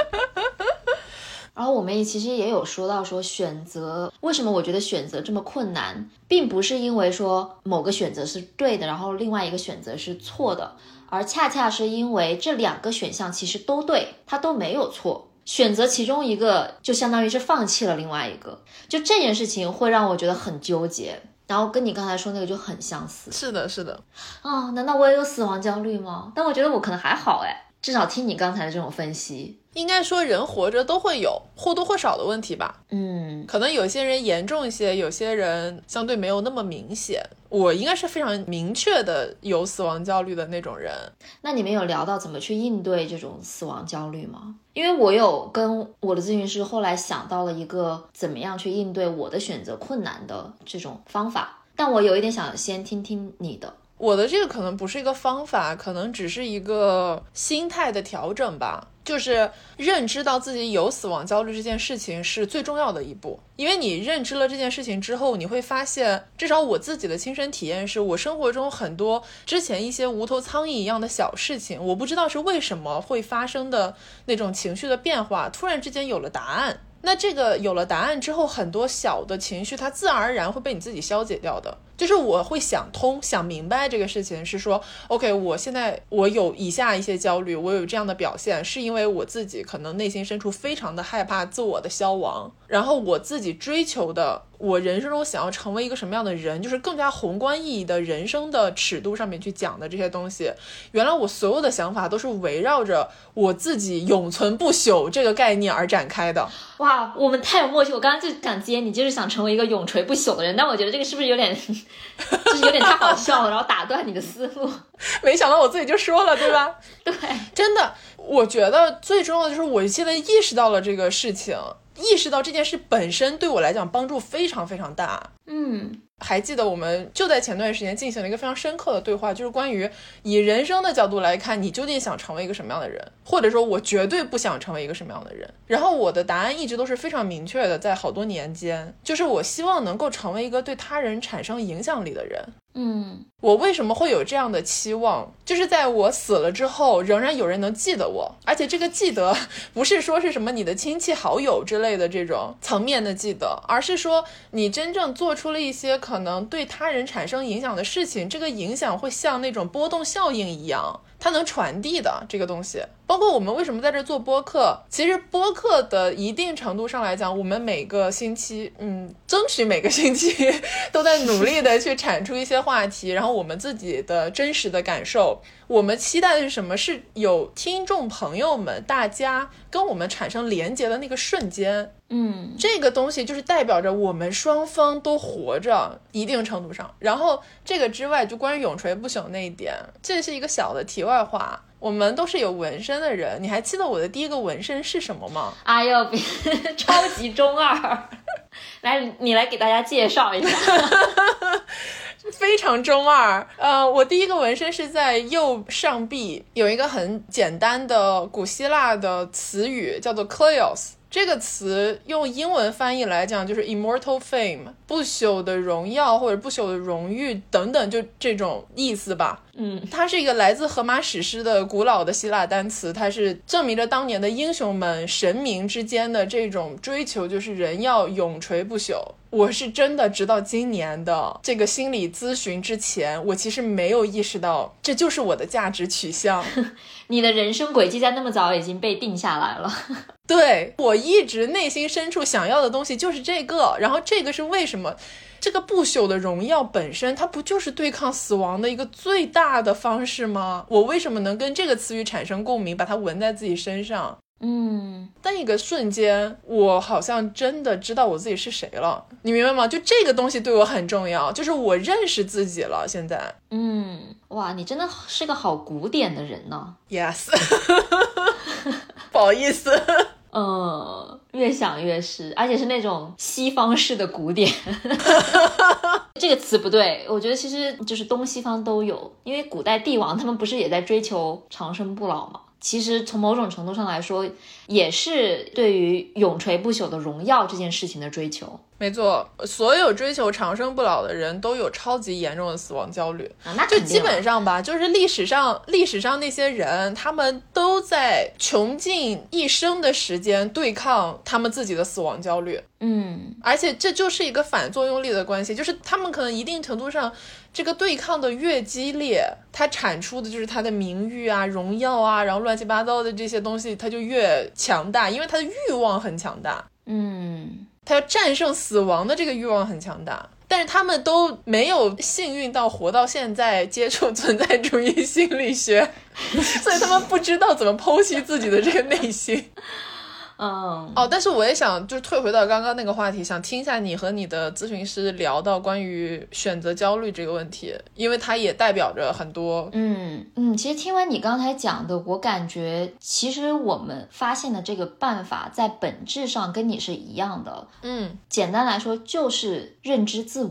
然后我们其实也有说到说选择，为什么我觉得选择这么困难，并不是因为说某个选择是对的，然后另外一个选择是错的，而恰恰是因为这两个选项其实都对，它都没有错，选择其中一个就相当于是放弃了另外一个，就这件事情会让我觉得很纠结，然后跟你刚才说那个就很相似。 是的是的难道我也有死亡焦虑吗？但我觉得我可能还好至少听你刚才的这种分析， 应该说人活着都会有或多或少的问题吧。可能有些人严重一些，有些人相对没有那么明显。我应该是非常明确的有死亡焦虑的那种人。 那你们有聊到怎么去应对这种死亡焦虑吗？因为我有跟我的咨询师后来想到了一个怎么样去应对我的选择困难的这种方法，但我有一点想先听听你的。 我的这个可能不是一个方法，可能只是一个心态的调整吧。 就是认知到自己有死亡焦虑这件事情是最重要的一步。因为你认知了这件事情之后，你会发现，至少我自己的亲身体验是，我生活中很多之前一些无头苍蝇一样的小事情，我不知道是为什么会发生的那种情绪的变化，突然之间有了答案。那这个有了答案之后，很多小的情绪它自然而然会被你自己消解掉的。就是我会想通想明白这个事情是说 OK， 我现在我有以下一些焦虑，我有这样的表现，是因为我自己可能内心深处非常的害怕自我的消亡，然后我自己追求的我人生中想要成为一个什么样的人，就是更加宏观意义的人生的尺度上面去讲的这些东西，原来我所有的想法都是围绕着我自己永存不朽这个概念而展开的。 哇，我们太有默契，我刚刚就想接你，就是想成为一个永垂不朽的人，但我觉得这个是不是有点就是有点太好笑了，然后打断你的思路。 没想到我自己就说了，对吧？ 对， 真的，我觉得最重要的就是我现在意识到了这个事情，意识到这件事本身对我来讲帮助非常非常大。还记得我们就在前段时间进行了一个非常深刻的对话，就是关于以人生的角度来看，你究竟想成为一个什么样的人，或者说我绝对不想成为一个什么样的人。然后我的答案一直都是非常明确的，在好多年间，就是我希望能够成为一个对他人产生影响力的人。我为什么会有这样的期望，就是在我死了之后仍然有人能记得我，而且这个记得不是说是什么你的亲戚好友之类的这种层面的记得，而是说你真正做出了一些可能对他人产生影响的事情，这个影响会像那种波动效应一样，它能传递的这个东西。包括我们为什么在这做播客，其实播客的一定程度上来讲，我们每个星期争取每个星期都在努力的去产出一些话题，然后我们自己的真实的感受，我们期待的是什么，是有听众朋友们大家跟我们产生连结的那个瞬间。这个东西就是代表着我们双方都活着一定程度上。然后这个之外，就关于永垂不朽那一点，这是一个小的题外话，我们都是有纹身的人，你还记得我的第一个纹身是什么吗？ 哎呦，超级中二。来，你来给大家介绍一下。 非常中二。我第一个纹身是在右上臂，有一个很简单的古希腊的词语叫做 Kleos，这个词用英文翻译来讲就是 immortal fame， 不朽的荣耀或者不朽的荣誉等等，就这种意思吧。它是一个来自荷马史诗的古老的希腊单词，它是证明着当年的英雄们神明之间的这种追求，就是人要永垂不朽。我是真的直到今年的这个心理咨询之前，我其实没有意识到这就是我的价值取向。 你的人生轨迹在那么早已经被定下来了。 对，我一直内心深处想要的东西就是这个，然后这个是为什么，这个不朽的荣耀本身它不就是对抗死亡的一个最大的方式吗？我为什么能跟这个词语产生共鸣，把它纹在自己身上？但一个瞬间我好像真的知道我自己是谁了，你明白吗？就这个东西对我很重要，就是我认识自己了现在。 哇，你真的是个好古典的人呢。 Yes。 不好意思。 越想越是，而且是那种西方式的古典。这个词不对，我觉得其实就是东西方都有，因为古代帝王他们不是也在追求长生不老吗？其实从某种程度上来说，也是对于永垂不朽的荣耀这件事情的追求。 没错，所有追求长生不老的人都有超级严重的死亡焦虑。 那就基本上吧，就是历史上那些人，他们都在穷尽一生的时间对抗他们自己的死亡焦虑。而且这就是一个反作用力的关系，就是他们可能一定程度上这个对抗的越激烈，它产出的就是他的名誉啊、荣耀啊，然后乱七八糟的这些东西，它就越强大，因为他的欲望很强大。他要战胜死亡的这个欲望很强大，但是他们都没有幸运到活到现在接触存在主义心理学，所以他们不知道怎么剖析自己的这个内心。但是我也想就退回到刚刚那个话题，想听一下你和你的咨询师聊到关于选择焦虑这个问题，因为它也代表着很多。 其实听完你刚才讲的，我感觉其实我们发现的这个办法在本质上跟你是一样的。简单来说就是认知自我。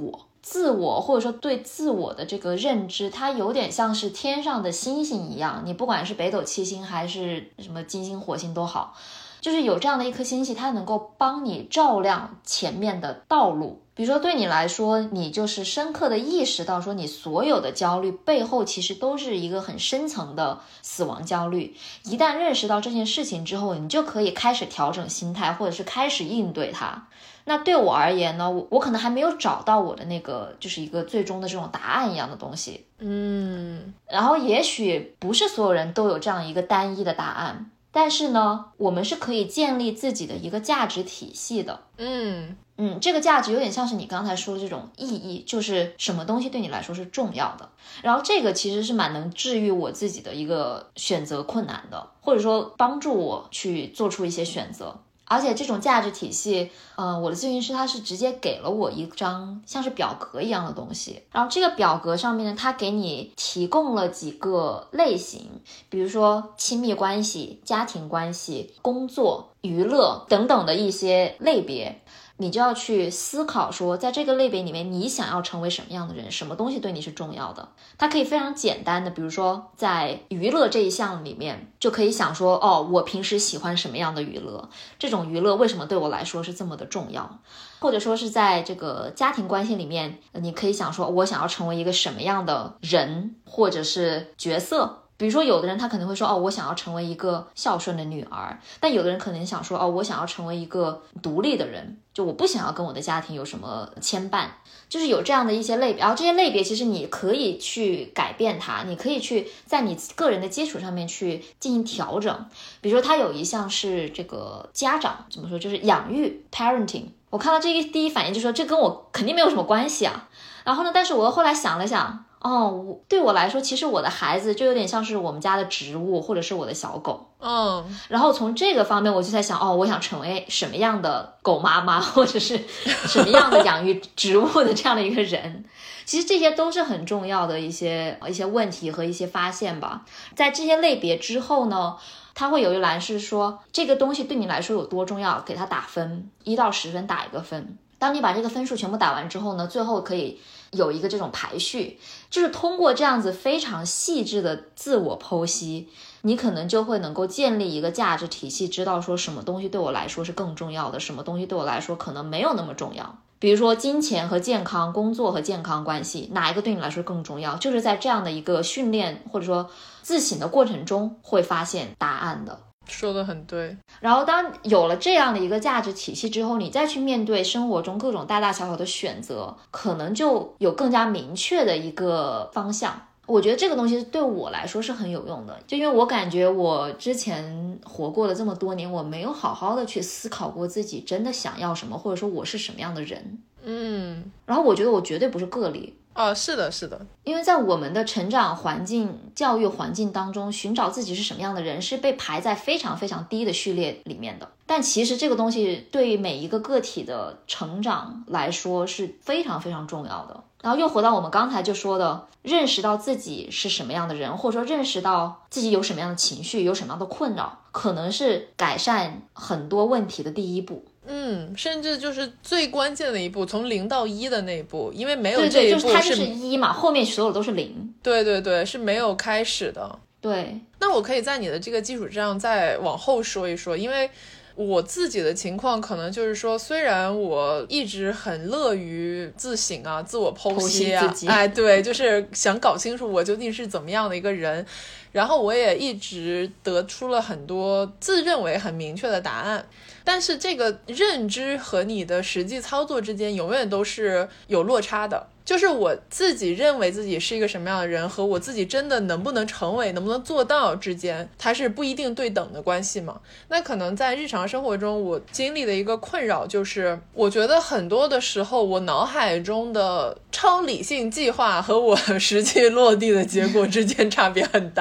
自我或者说对自我的这个认知，它有点像是天上的星星一样，你不管是北斗七星还是什么金星火星都好，就是有这样的一颗星星，它能够帮你照亮前面的道路。比如说对你来说，你就是深刻的意识到说，你所有的焦虑背后其实都是一个很深层的死亡焦虑。一旦认识到这件事情之后，你就可以开始调整心态，或者是开始应对它。那对我而言呢，我可能还没有找到我的那个就是一个最终的这种答案一样的东西。然后也许不是所有人都有这样一个单一的答案，但是呢，我们是可以建立自己的一个价值体系的。这个价值有点像是你刚才说的这种意义，就是什么东西对你来说是重要的。然后这个其实是蛮能治愈我自己的一个选择困难的，或者说帮助我去做出一些选择。而且这种价值体系，我的咨询师他是直接给了我一张像是表格一样的东西，然后这个表格上面呢，他给你提供了几个类型，比如说亲密关系、家庭关系、工作、娱乐等等的一些类别。你就要去思考说，在这个类别里面，你想要成为什么样的人，什么东西对你是重要的。它可以非常简单的，比如说在娱乐这一项里面，就可以想说，我平时喜欢什么样的娱乐，这种娱乐为什么对我来说是这么的重要。或者说是在这个家庭关系里面，你可以想说，我想要成为一个什么样的人或者是角色。比如说有的人他可能会说，我想要成为一个孝顺的女儿，但有的人可能想说，我想要成为一个独立的人，就我不想要跟我的家庭有什么牵绊，就是有这样的一些类别。然后这些类别其实你可以去改变它，你可以去在你个人的基础上面去进行调整。比如说它有一项是这个家长怎么说，就是养育 parenting， 我看到这个第一反应就说这跟我肯定没有什么关系啊。然后呢，但是我后来想了想，对我来说，其实我的孩子就有点像是我们家的植物，或者是我的小狗。然后从这个方面我就在想，我想成为什么样的狗妈妈，或者是什么样的养育植物的这样的一个人。其实这些都是很重要的一些问题和一些发现吧。在这些类别之后呢，它会有一栏是说这个东西对你来说有多重要，给它打分，1到10分打一个分。当你把这个分数全部打完之后呢，最后可以有一个这种排序，就是通过这样子非常细致的自我剖析，你可能就会能够建立一个价值体系，知道说什么东西对我来说是更重要的，什么东西对我来说可能没有那么重要。比如说金钱和健康，工作和健康关系，哪一个对你来说更重要，就是在这样的一个训练或者说自省的过程中会发现答案的。 说得很对。 然后当有了这样的一个价值体系之后，你再去面对生活中各种大大小小的选择，可能就有更加明确的一个方向。我觉得这个东西对我来说是很有用的，就因为我感觉我之前活过了这么多年，我没有好好的去思考过自己真的想要什么，或者说我是什么样的人。然后我觉得我绝对不是个例。 是的是的， 因为在我们的成长环境、教育环境当中，寻找自己是什么样的人是被排在非常非常低的序列里面的。但其实这个东西对于每一个个体的成长来说是非常非常重要的。然后又回到我们刚才就说的，认识到自己是什么样的人，或者说认识到自己有什么样的情绪，有什么样的困扰，可能是改善很多问题的第一步。 甚至就是最关键的一步，从0到1的那一步，因为没有这一步就是它就是1嘛，后面所有都是0。 对对对，是没有开始的。 对， 那我可以在你的这个基础上再往后说一说，因为我自己的情况可能就是说，虽然我一直很乐于自省啊、自我剖析啊，对，就是想搞清楚我究竟是怎么样的一个人，然后我也一直得出了很多自认为很明确的答案，但是这个认知和你的实际操作之间永远都是有落差的。就是我自己认为自己是一个什么样的人，和我自己真的能不能成为、能不能做到之间，它是不一定对等的关系嘛。那可能在日常生活中，我经历的一个困扰就是，我觉得很多的时候，我脑海中的超理性计划和我实际落地的结果之间差别很大。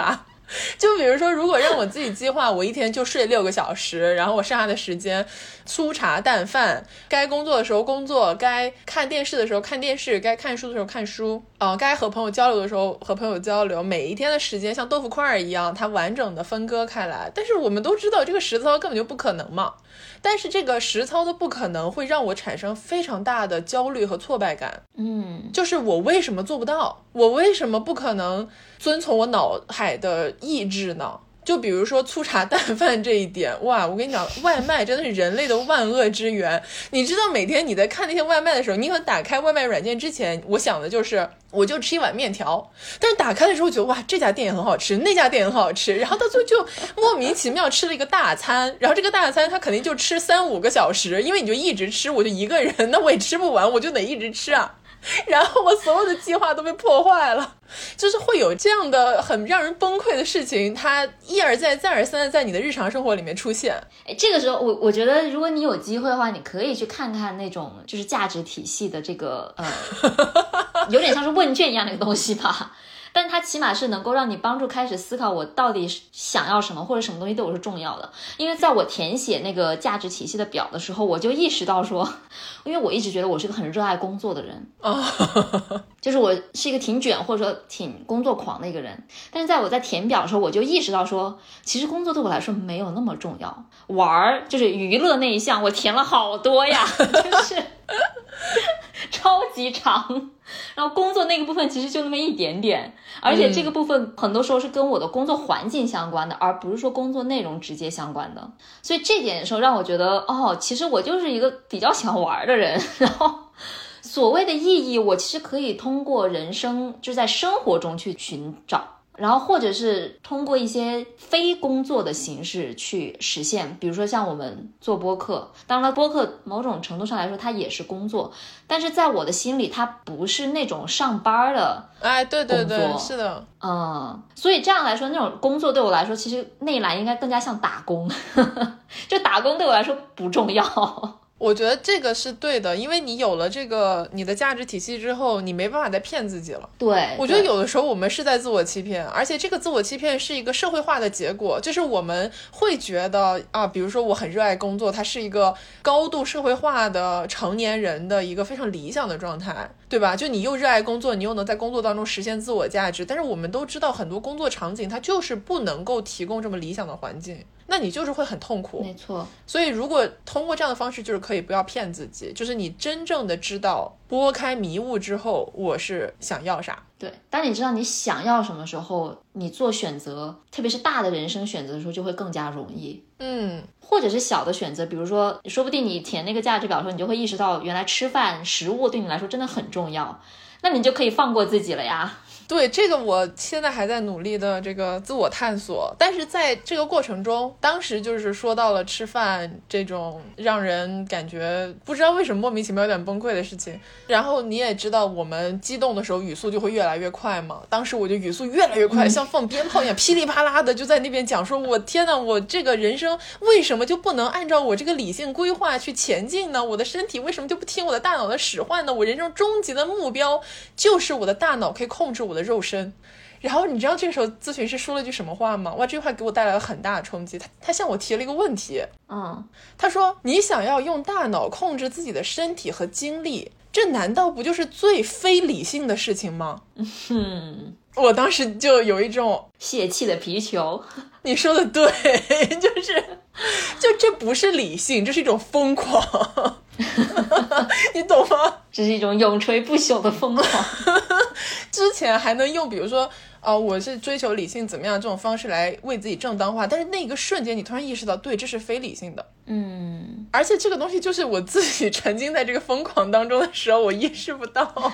就比如说，如果让我自己计划，我一天就睡6个小时，然后我剩下的时间粗茶淡饭，该工作的时候工作，该看电视的时候看电视，该看书的时候看书，该和朋友交流的时候和朋友交流，每一天的时间像豆腐块一样，它完整的分割开来。但是我们都知道这个实操根本就不可能嘛。但是这个实操的不可能会让我产生非常大的焦虑和挫败感。就是我为什么做不到？我为什么不可能遵从我脑海的意志呢？就比如说粗茶淡饭这一点，哇，我跟你讲，外卖真的是人类的万恶之源。你知道每天你在看那些外卖的时候，你可能打开外卖软件之前，我想的就是我就吃一碗面条，但是打开的时候觉得哇，这家店也很好吃，那家店也很好吃，然后到最后就莫名其妙吃了一个大餐，然后这个大餐它肯定就吃3-5个小时，因为你就一直吃，我就一个人，那我也吃不完，我就得一直吃啊。然后我所有的计划都被破坏了，就是会有这样的很让人崩溃的事情，它一而再再而三的在你的日常生活里面出现。 这个时候我觉得如果你有机会的话，你可以去看看那种就是价值体系的这个有点像是问卷一样的一个东西吧。但它起码是能够让你帮助开始思考我到底想要什么，或者什么东西对我是重要的。因为在我填写那个价值体系的表的时候，我就意识到说，因为我一直觉得我是个很热爱工作的人就是我是一个挺卷或者说挺工作狂的一个人，但是在我在填表的时候，我就意识到说，其实工作对我来说没有那么重要，玩就是娱乐那一项我填了好多呀就是超级长，然后工作那个部分其实就那么一点点，而且这个部分很多时候是跟我的工作环境相关的，而不是说工作内容直接相关的。所以这点的时候让我觉得其实我就是一个比较喜欢玩的人，然后所谓的意义我其实可以通过人生就在生活中去寻找，然后或者是通过一些非工作的形式去实现。比如说像我们做播客，当然了播客某种程度上来说它也是工作，但是在我的心里它不是那种上班的工作。 对对对，是的。 所以这样来说那种工作对我来说其实内栏应该更加像打工就打工对我来说不重要。 我觉得这个是对的，因为你有了这个你的价值体系之后，你没办法再骗自己了。 对， 我觉得有的时候我们是在自我欺骗，而且这个自我欺骗是一个社会化的结果，就是我们会觉得比如说我很热爱工作，它是一个高度社会化的成年人的一个非常理想的状态，对吧？就你又热爱工作，你又能在工作当中实现自我价值，但是我们都知道很多工作场景它就是不能够提供这么理想的环境，那你就是会很痛苦。 没错。 所以如果通过这样的方式，就是可以不要骗自己，就是你真正的知道拨开迷雾之后我是想要啥。 对，当你知道你想要什么时候，你做选择，特别是大的人生选择的时候就会更加容易。或者是小的选择，比如说说不定你填那个价值表的时候，你就会意识到原来吃饭食物对你来说真的很重要，那你就可以放过自己了呀。 对，这个我现在还在努力的这个自我探索，但是在这个过程中，当时就是说到了吃饭这种让人感觉不知道为什么莫名其妙有点崩溃的事情，然后你也知道我们激动的时候语速就会越来越快嘛，当时我就语速越来越快，像放鞭炮一样噼里啪啦的就在那边讲说，我天哪，我这个人生为什么就不能按照我这个理性规划去前进呢？我的身体为什么就不听我的大脑的使唤呢？我人生终极的目标就是我的大脑可以控制我的肉身。然后你知道这个时候咨询师说了句什么话吗？哇，这句话给我带来了很大的冲击。他向我提了一个问题，他说你想要用大脑控制自己的身体和精力，这难道不就是最非理性的事情吗？我当时就有一种泄气的皮球。 你说的对，就这不是理性，这是一种疯狂你懂吗？ 这是一种永垂不朽的疯狂之前还能用比如说我是追求理性怎么样这种方式来为自己正当化，但是那个瞬间你突然意识到，对，这是非理性的。而且这个东西就是我自己沉浸在这个疯狂当中的时候我意识不到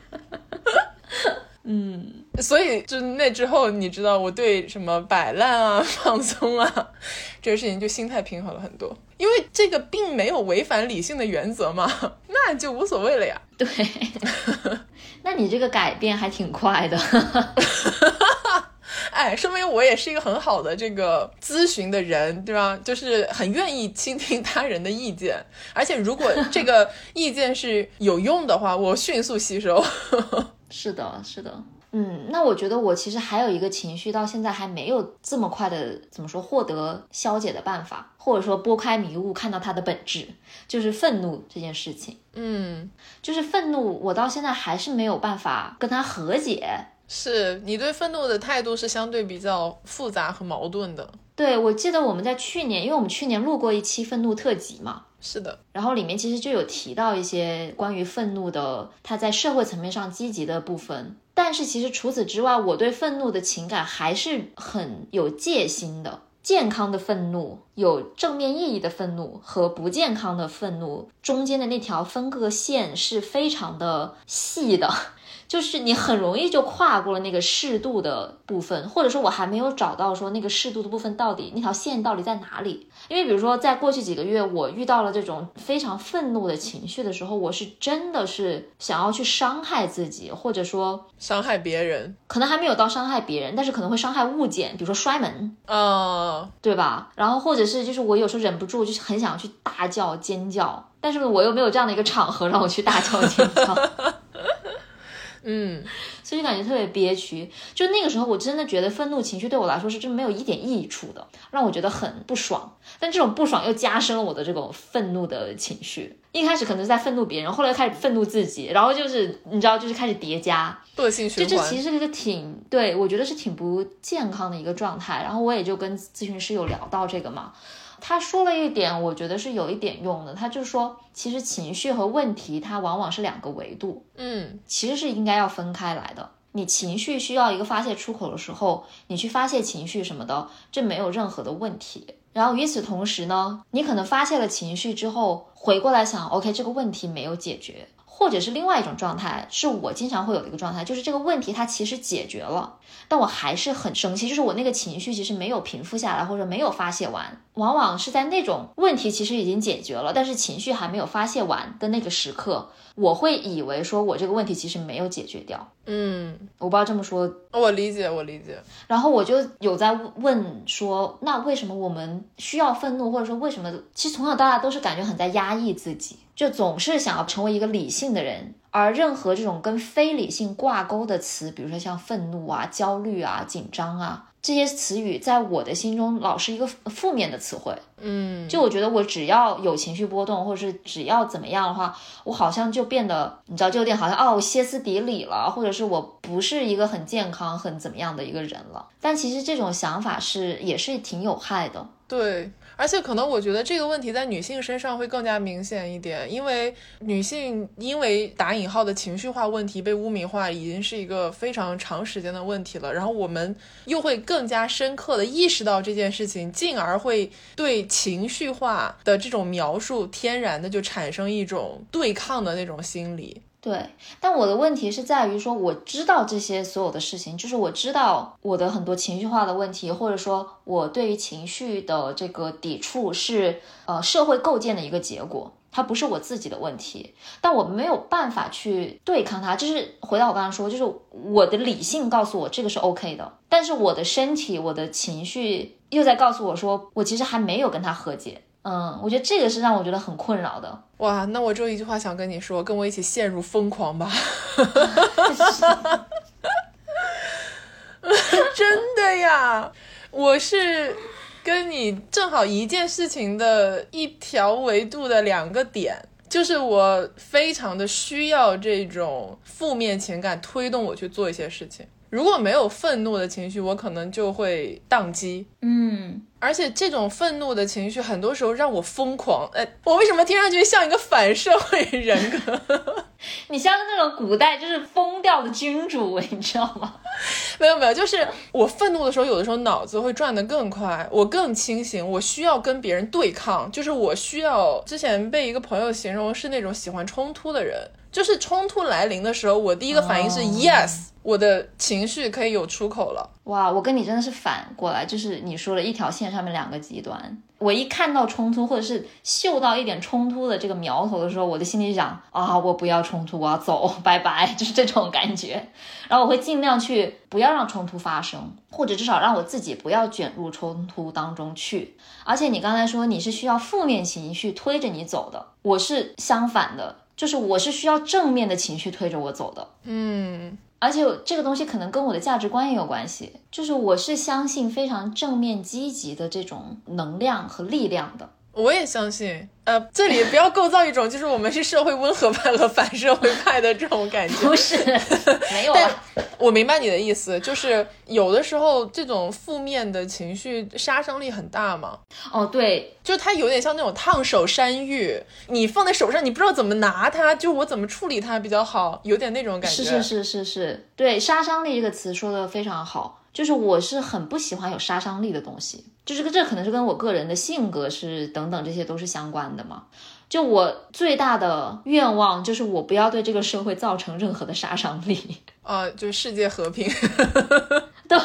所以就那之后你知道我对什么摆烂啊放松啊这个事情就心态平衡了很多，因为这个并没有违反理性的原则嘛，那就无所谓了呀。 对那你这个改变还挺快的说明我也是一个很好的这个咨询的人，对吧？就是很愿意倾听他人的意见，而且如果这个意见是有用的话我迅速吸收是的是的， 那我觉得我其实还有一个情绪到现在还没有这么快的怎么说获得消解的办法，或者说拨开迷雾看到它的本质，就是愤怒这件事情。就是愤怒我到现在还是没有办法跟它和解。 是你对愤怒的态度是相对比较复杂和矛盾的。 对，我记得我们在去年，因为我们去年录过一期愤怒特辑嘛， 是的， 然后里面其实就有提到一些关于愤怒的它在社会层面上积极的部分，但是其实除此之外，我对愤怒的情感还是很有戒心的。健康的愤怒，有正面意义的愤怒和不健康的愤怒中间的那条分割线是非常的细的，就是你很容易就跨过了那个适度的部分，或者说我还没有找到说那个适度的部分到底那条线到底在哪里。因为比如说在过去几个月我遇到了这种非常愤怒的情绪的时候，我是真的是想要去伤害自己，或者说伤害别人， 可能还没有到伤害别人，但是可能会伤害物件，比如说摔门对吧？然后或者是就是我有时候忍不住就是很想去大叫尖叫，但是我又没有这样的一个场合让我去大叫尖叫所以就感觉特别憋屈。就那个时候我真的觉得愤怒情绪对我来说是真没有一点益处的，让我觉得很不爽，但这种不爽又加深了我的这种愤怒的情绪。一开始可能是在愤怒别人，后来开始愤怒自己，然后就是你知道就是开始叠加恶性循环。 这其实是一个对，我觉得是挺不健康的一个状态。然后我也就跟咨询师有聊到这个嘛，他说了一点我觉得是有一点用的，他就说其实情绪和问题它往往是两个维度，其实是应该要分开来的。你情绪需要一个发泄出口的时候，你去发泄情绪什么的，这没有任何的问题。然后与此同时呢，你可能发泄了情绪之后回过来想 OK 这个问题没有解决，或者是另外一种状态，是我经常会有的一个状态，就是这个问题它其实解决了，但我还是很生气，就是我那个情绪其实没有平复下来，或者没有发泄完。往往是在那种问题其实已经解决了，但是情绪还没有发泄完的那个时刻，我会以为说我这个问题其实没有解决掉。我不知道这么说， 我理解。 然后我就有在问说，那为什么我们需要愤怒，或者说为什么其实从小到大都是感觉很在压抑自己，就总是想要成为一个理性的人，而任何这种跟非理性挂钩的词，比如说像愤怒啊、焦虑啊、紧张啊，这些词语在我的心中老是一个负面的词汇。就我觉得我只要有情绪波动，或者是只要怎么样的话，我好像就变得你知道就有点好像歇斯底里了，或者是我不是一个很健康很怎么样的一个人了。但其实这种想法也是挺有害的。 对，而且可能我觉得这个问题在女性身上会更加明显一点，因为女性因为打引号的情绪化问题被污名化已经是一个非常长时间的问题了，然后我们又会更加深刻的意识到这件事情，进而会对情绪化的这种描述天然的就产生一种对抗的那种心理。 对，但我的问题是在于说，我知道这些所有的事情，就是我知道我的很多情绪化的问题，或者说我对于情绪的这个抵触是社会构建的一个结果，它不是我自己的问题，但我没有办法去对抗它。就是回到我刚刚说，就是我的理性告诉我这个是 OK 的，但是我的身体我的情绪又在告诉我说我其实还没有跟它和解。我觉得这个是让我觉得很困扰的。 哇，那我就一句话想跟你说，跟我一起陷入疯狂吧真的呀，我是跟你正好一件事情的一条维度的两个点，就是我非常的需要这种负面情感推动我去做一些事情。如果没有愤怒的情绪，我可能就会宕机。而且这种愤怒的情绪很多时候让我疯狂。我为什么听上去像一个反社会人格你像那种古代就是疯掉的君主，你知道吗？ 没有，就是我愤怒的时候，有的时候脑子会转得更快，我更清醒，我需要跟别人对抗，就是我需要，之前被一个朋友形容是那种喜欢冲突的人，就是冲突来临的时候，我第一个反应是 yes， 我的情绪可以有出口了。 哇，我跟你真的是反过来，就是你说了一条线上面两个极端。我一看到冲突或者是嗅到一点冲突的这个苗头的时候，我的心里想我不要冲突，我要走，拜拜，就是这种感觉。然后我会尽量去不要让冲突发生，或者至少让我自己不要卷入冲突当中去。而且你刚才说你是需要负面情绪推着你走的，我是相反的，就是我是需要正面的情绪推着我走的。 而且这个东西可能跟我的价值观也有关系，就是我是相信非常正面积极的这种能量和力量的。 我也相信，这里不要构造一种就是我们是社会温和派和反社会派的这种感觉。 不是，没有啊。 我明白你的意思，就是有的时候这种负面的情绪杀伤力很大嘛。 哦，对， 就它有点像那种烫手山芋，你放在手上，你不知道怎么拿它，就我怎么处理它比较好，有点那种感觉。 是，对，杀伤力这个词说的非常好。就是我是很不喜欢有杀伤力的东西，就是这可能是跟我个人的性格是等等这些都是相关的嘛。就我最大的愿望就是我不要对这个社会造成任何的杀伤力就世界和平。 对。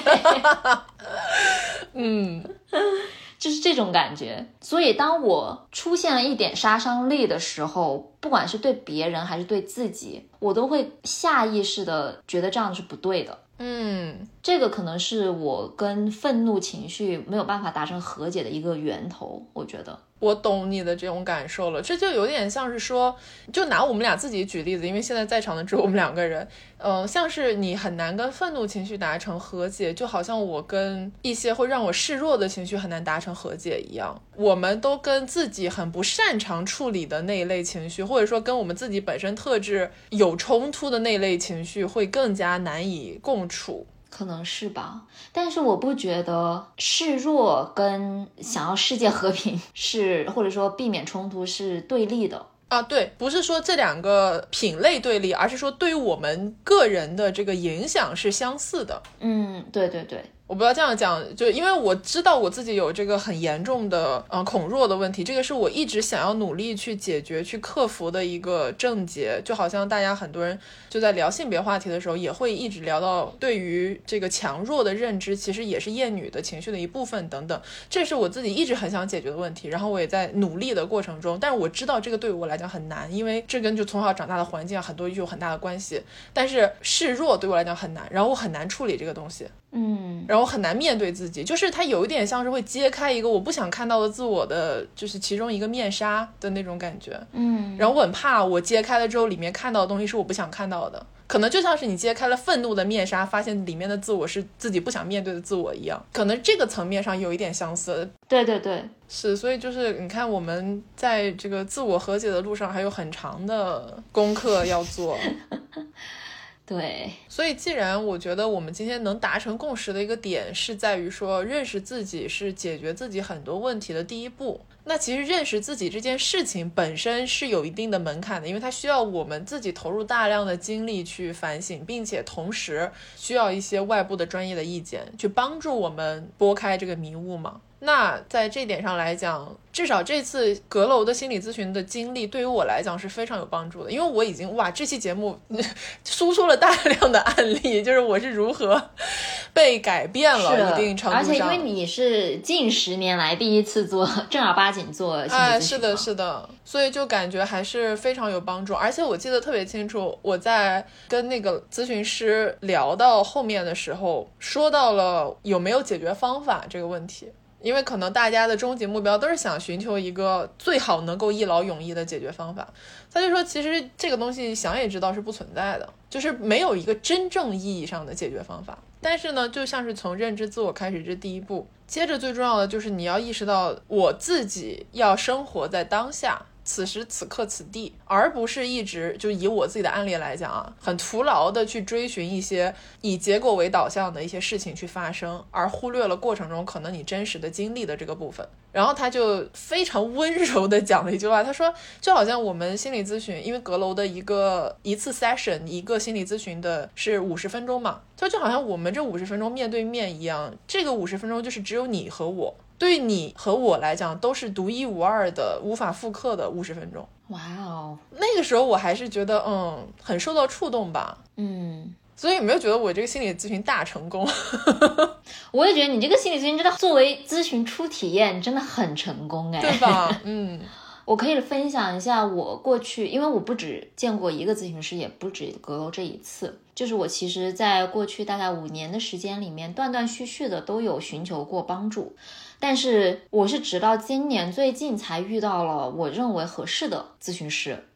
就是这种感觉。所以当我出现了一点杀伤力的时候，不管是对别人还是对自己，我都会下意识的觉得这样是不对的。这个可能是我跟愤怒情绪没有办法达成和解的一个源头，我觉得。 我懂你的这种感受了，这就有点像是说，就拿我们俩自己举例子，因为现在在场的只有我们两个人，像是你很难跟愤怒情绪达成和解，就好像我跟一些会让我示弱的情绪很难达成和解一样。我们都跟自己很不擅长处理的那一类情绪，或者说跟我们自己本身特质有冲突的那一类情绪，会更加难以共处。 可能是吧，但是我不觉得示弱跟想要世界和平是，或者说避免冲突是对立的啊。对，不是说这两个品类对立，而是说对于我们个人的这个影响是相似的。 对， 我不要这样讲，就因为我知道我自己有这个很严重的恐弱的问题，这个是我一直想要努力去解决去克服的一个症结。就好像大家很多人就在聊性别话题的时候也会一直聊到对于这个强弱的认知其实也是厌女的情绪的一部分等等，这是我自己一直很想解决的问题，然后我也在努力的过程中，但是我知道这个对我来讲很难，因为这跟就从小长大的环境很多有很大的关系，但是示弱对我来讲很难，然后我很难处理这个东西。然后很难面对自己，就是它有一点像是会揭开一个我不想看到的自我的，就是其中一个面纱的那种感觉。然后我很怕我揭开了之后里面看到的东西是我不想看到的，可能就像是你揭开了愤怒的面纱，发现里面的自我是自己不想面对的自我一样，可能这个层面上有一点相似。 对， 是，所以就是你看我们在这个自我和解的路上还有很长的功课要做。 对， 所以既然我觉得我们今天能达成共识的一个点是在于说，认识自己是解决自己很多问题的第一步。那其实认识自己这件事情本身是有一定的门槛的，因为它需要我们自己投入大量的精力去反省，并且同时需要一些外部的专业的意见去帮助我们拨开这个迷雾嘛。那在这点上来讲，至少这次阁楼的心理咨询的经历对于我来讲是非常有帮助的，因为我已经这期节目输出了大量的案例，就是我是如何被改变了一定程度上。 而且因为你是近10年来第一次做正儿八经做心理咨询， 是的，所以就感觉还是非常有帮助。而且我记得特别清楚，我在跟那个咨询师聊到后面的时候，说到了有没有解决方法这个问题。因为可能大家的终极目标都是想寻求一个最好能够一劳永逸的解决方法，他就说其实这个东西想也知道是不存在的，就是没有一个真正意义上的解决方法。但是呢，就像是从认知自我开始，这第一步，接着最重要的就是你要意识到我自己要生活在当下，此时此刻此地，而不是一直就以我自己的案例来讲啊，很徒劳的去追寻一些以结果为导向的一些事情去发生，而忽略了过程中可能你真实的经历的这个部分。然后他就非常温柔的讲了一句话，他说就好像我们心理咨询，因为阁楼的一次 session 一个心理咨询的是50分钟嘛，就好像我们这50分钟面对面一样，这个50分钟就是只有你和我，对于你和我来讲都是独一无二的无法复刻的50分钟。 哇哦， 那个时候我还是觉得很受到触动吧。所以有没有觉得我这个心理咨询大成功？ 我也觉得你这个心理咨询真的作为咨询初体验真的很成功对吧？ 我可以分享一下我过去，因为我不只见过一个咨询师，也不止阁楼这一次，就是我其实在过去大概5年的时间里面断断续续的都有寻求过帮助，但是我是直到今年最近才遇到了我认为合适的咨询师。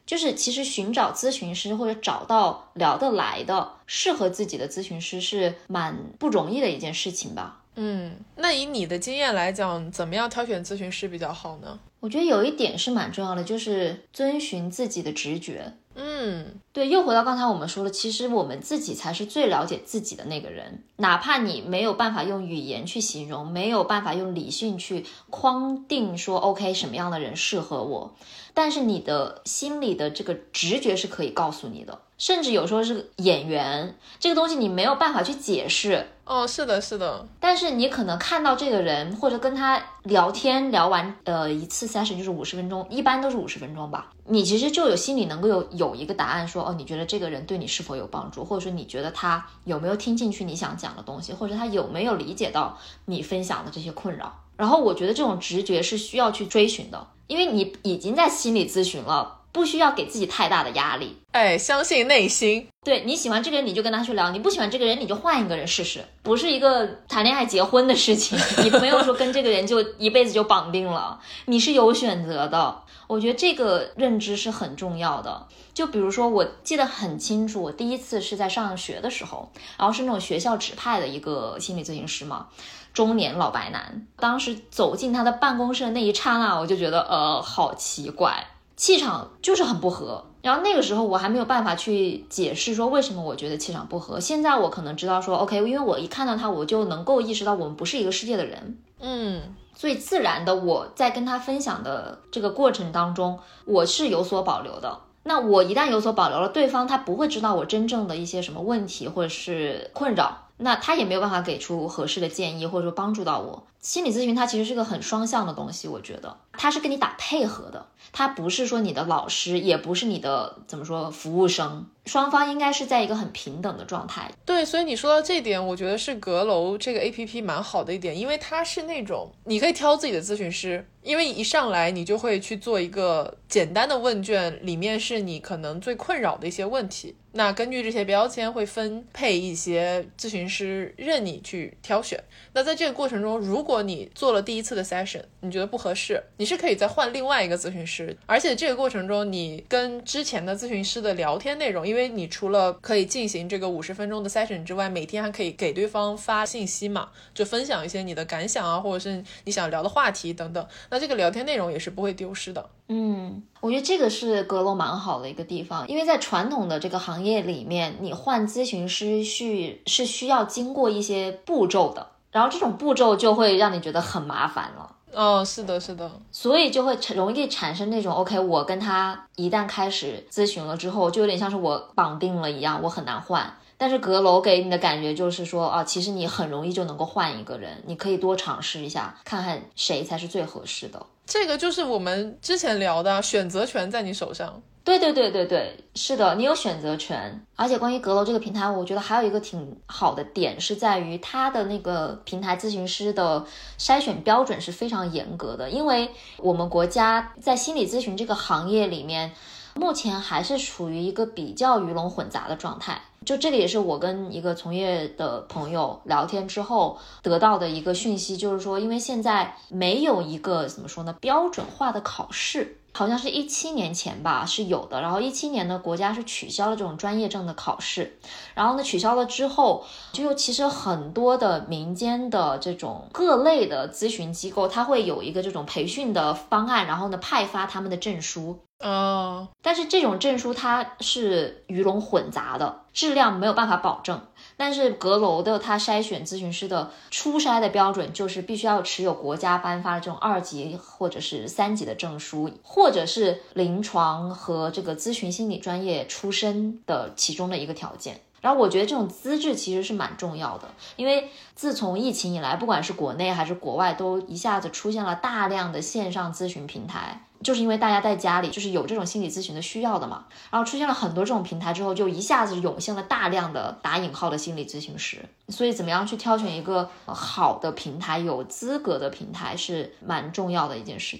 就是其实寻找咨询师或者找到聊得来的适合自己的咨询师是蛮不容易的一件事情吧。 那以你的经验来讲，怎么样挑选咨询师比较好呢？ 我觉得有一点是蛮重要的，就是遵循自己的直觉。对，又回到刚才我们说的，其实我们自己才是最了解自己的那个人，哪怕你没有办法用语言去形容，没有办法用理性去框定说 OK 什么样的人适合我，但是你的心里的这个直觉是可以告诉你的。甚至有时候是眼缘，这个东西你没有办法去解释。 是的是的， 但是你可能看到这个人或者跟他聊天聊完一次session就是50分钟，一般都是50分钟吧，你其实就有心里能够有一个答案说，你觉得这个人对你是否有帮助，或者说你觉得他有没有听进去你想讲的东西，或者他有没有理解到你分享的这些困扰。然后我觉得这种直觉是需要去追寻的，因为你已经在心理咨询了，不需要给自己太大的压力。 相信内心。 对，你喜欢这个人你就跟他去聊，你不喜欢这个人你就换一个人试试，不是一个谈恋爱结婚的事情，你没有说跟这个人就一辈子就绑定了，你是有选择的。我觉得这个认知是很重要的。就比如说我记得很清楚，我第一次是在上学的时候，然后是那种学校指派的一个心理咨询师嘛，中年老白男。当时走进他的办公室的那一刹那，我就觉得好奇怪，气场就是很不合。然后那个时候我还没有办法去解释说为什么我觉得气场不合，现在我可能知道说 OK， 因为我一看到他我就能够意识到我们不是一个世界的人。所以自然的我在跟他分享的这个过程当中我是有所保留的。那我一旦有所保留了，对方他不会知道我真正的一些什么问题或者是困扰，那他也没有办法给出合适的建议或者说帮助到我。心理咨询它其实是个很双向的东西，我觉得它是跟你打配合的，它不是说你的老师，也不是你的怎么说服务生，双方应该是在一个很平等的状态。 对，所以你说到这点，我觉得是阁楼这个 APP 蛮好的一点，因为它是那种你可以挑自己的咨询师，因为一上来你就会去做一个简单的问卷，里面是你可能最困扰的一些问题，那根据这些标签会分配一些咨询师任你去挑选。那在这个过程中，如果你做了第一次的 session 你觉得不合适，你是可以再换另外一个咨询师，而且这个过程中你跟之前的咨询师的聊天内容，因为你除了可以进行这个50分钟的 session 之外，每天还可以给对方发信息嘛，就分享一些你的感想啊，或者是你想聊的话题等等，那这个聊天内容也是不会丢失的。 我觉得这个是阁楼蛮好的一个地方，因为在传统的这个行业里面，你换咨询师是需要经过一些步骤的，然后这种步骤就会让你觉得很麻烦了。 是的是的， 所以就会容易产生那种 OK， 我跟他一旦开始咨询了之后，就有点像是我绑定了一样，我很难换。但是阁楼给你的感觉就是说其实你很容易就能够换一个人，你可以多尝试一下，看看谁才是最合适的。 这个就是我们之前聊的选择权在你手上。 对，是的，你有选择权。而且关于阁楼这个平台，我觉得还有一个挺好的点是在于它的那个平台咨询师的筛选标准是非常严格的，因为我们国家在心理咨询这个行业里面目前还是处于一个比较鱼龙混杂的状态。就这个也是我跟一个从业的朋友聊天之后得到的一个讯息，就是说因为现在没有一个怎么说呢标准化的考试，好像是17年前吧是有的，然后17年呢国家是取消了这种专业证的考试，然后呢取消了之后，就其实很多的民间的这种各类的咨询机构，它会有一个这种培训的方案，然后呢派发他们的证书。但是这种证书它是鱼龙混杂的，质量没有办法保证。但是阁楼的它筛选咨询师的初筛的标准就是必须要持有国家颁发的这种2级或者是3级的证书，或者是临床和这个咨询心理专业出身的其中的一个条件。然后我觉得这种资质其实是蛮重要的，因为自从疫情以来，不管是国内还是国外，都一下子出现了大量的线上咨询平台，就是因为大家在家里就是有这种心理咨询的需要的嘛，然后出现了很多这种平台之后，就一下子涌现了大量的打引号的心理咨询师。所以怎么样去挑选一个好的平台，有资格的平台是蛮重要的一件事情。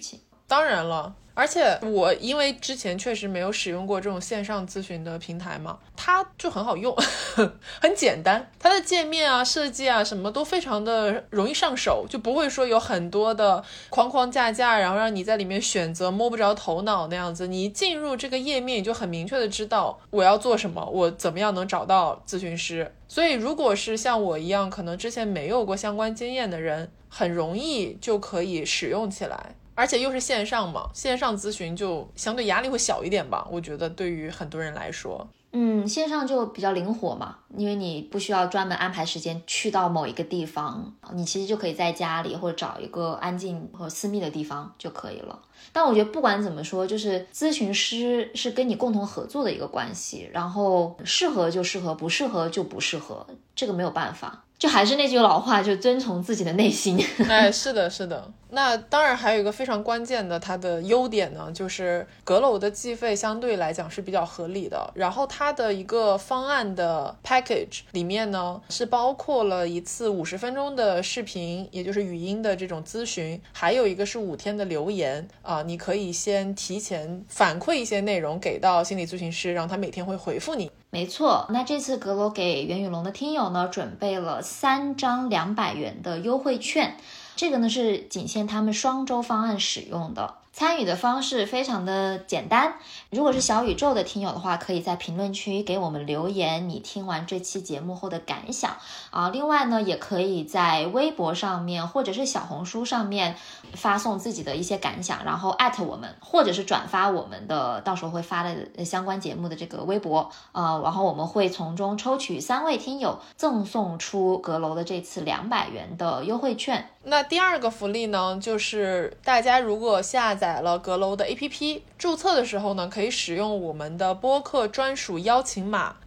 当然了，而且我因为之前确实没有使用过这种线上咨询的平台嘛，它就很好用很简单，它的界面啊设计啊什么都非常的容易上手，就不会说有很多的框框架架，然后让你在里面选择摸不着头脑那样子。你一进入这个页面，你就很明确的知道我要做什么，我怎么样能找到咨询师。所以如果是像我一样可能之前没有过相关经验的人，很容易就可以使用起来，而且又是线上嘛，线上咨询就相对压力会小一点吧，我觉得对于很多人来说。 线上就比较灵活嘛，因为你不需要专门安排时间去到某一个地方，你其实就可以在家里或者找一个安静和私密的地方就可以了。但我觉得不管怎么说，就是咨询师是跟你共同合作的一个关系，然后适合就适合，不适合就不适合，这个没有办法。就还是那句老话，就遵从自己的内心。 哎，是的，是的。那当然还有一个非常关键的它的优点呢，就是阁楼的计费相对来讲是比较合理的，然后它的一个方案的 package 里面呢是包括了一次50分钟的视频，也就是语音的这种咨询，还有一个是5天的留言啊，你可以先提前反馈一些内容给到心理咨询师，让他每天会回复你。 没错，那这次阁楼给袁宇龙的听友呢准备了3张200元的优惠券，这个呢是仅限他们双周方案使用的。参与的方式非常的简单，如果是小宇宙的听友的话，可以在评论区给我们留言你听完这期节目后的感想啊。另外呢，也可以在微博上面或者是小红书上面发送自己的一些感想，然后@我们，或者是转发我们的到时候会发的相关节目的这个微博然后我们会从中抽取3位听友赠送出阁楼的这次200元的优惠券。 那第二个福利呢，就是大家如果下载了阁楼的 APP， 注册的时候呢，可以使用我们的播客专属邀请码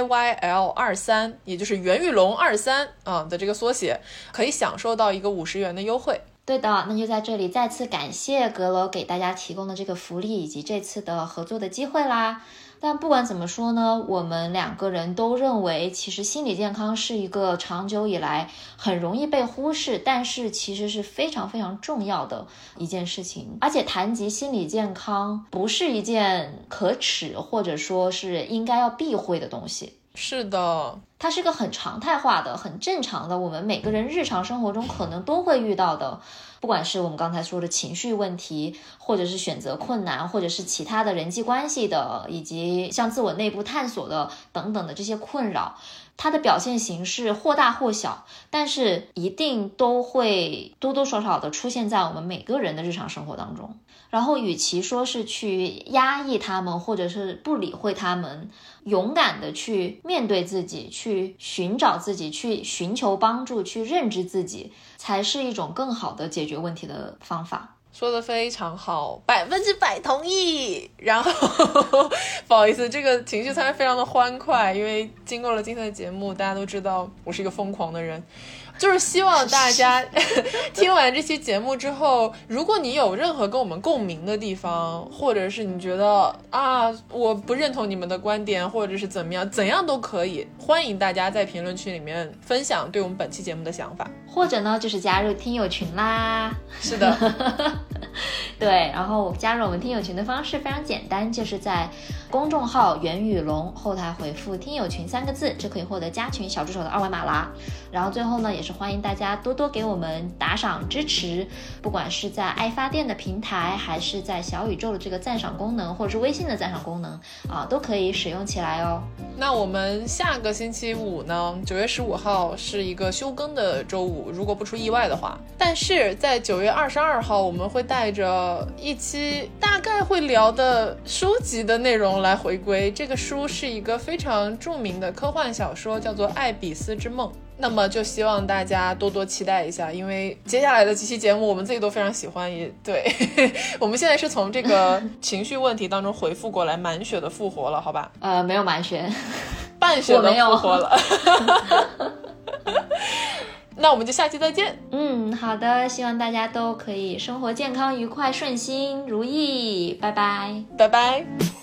YYL23， 也就是袁宇龙23的这个缩写，可以享受到一个50元的优惠。 对的，那就在这里再次感谢阁楼给大家提供的这个福利以及这次的合作的机会啦。但不管怎么说呢，我们2个人都认为其实心理健康是一个长久以来很容易被忽视，但是其实是非常非常重要的一件事情。而且谈及心理健康不是一件可耻或者说是应该要避讳的东西。 是的， 它是一个很常态化的很正常的，我们每个人日常生活中可能都会遇到的，不管是我们刚才说的情绪问题，或者是选择困难，或者是其他的人际关系的，以及像自我内部探索的等等的这些困扰，它的表现形式或大或小，但是一定都会多多少少的出现在我们每个人的日常生活当中。然后与其说是去压抑他们，或者是不理会他们，勇敢的去面对自己，去寻找自己，去寻求帮助，去认知自己，才是一种更好的解决问题的方法。 说得非常好，100%同意。然后不好意思，这个情绪虽然非常的欢快，因为经过了今天的节目，大家都知道我是一个疯狂的人，就是希望大家听完这期节目之后，如果你有任何跟我们共鸣的地方，或者是你觉得我不认同你们的观点，或者是怎么样，怎样都可以，欢迎大家在评论区里面分享对我们本期节目的想法， 或者呢就是加入听友群啦。 是的对，然后加入我们听友群的方式非常简单，就是在公众号袁宇龙后台回复听友群3个字，就可以获得加群小助手的2维码啦。然后最后呢，也是欢迎大家多多给我们打赏支持，不管是在爱发电的平台，还是在小宇宙的这个赞赏功能，或者是微信的赞赏功能都可以使用起来哦。 那我们下个星期五呢，9月15号是一个休更的周五，如果不出意外的话。但是在9月22号，我们会带着一期大概会聊的书籍的内容来回归。这个书是一个非常著名的科幻小说，叫做《艾比斯之梦》。那么就希望大家多多期待一下，因为接下来的几期节目我们自己都非常喜欢，也对我们现在是从这个情绪问题当中回复过来，满血的复活了，好吧？ 没有满血， 半血的复活了那我们就下期再见。 好的，希望大家都可以生活健康、愉快、顺心如意，拜拜， 拜拜。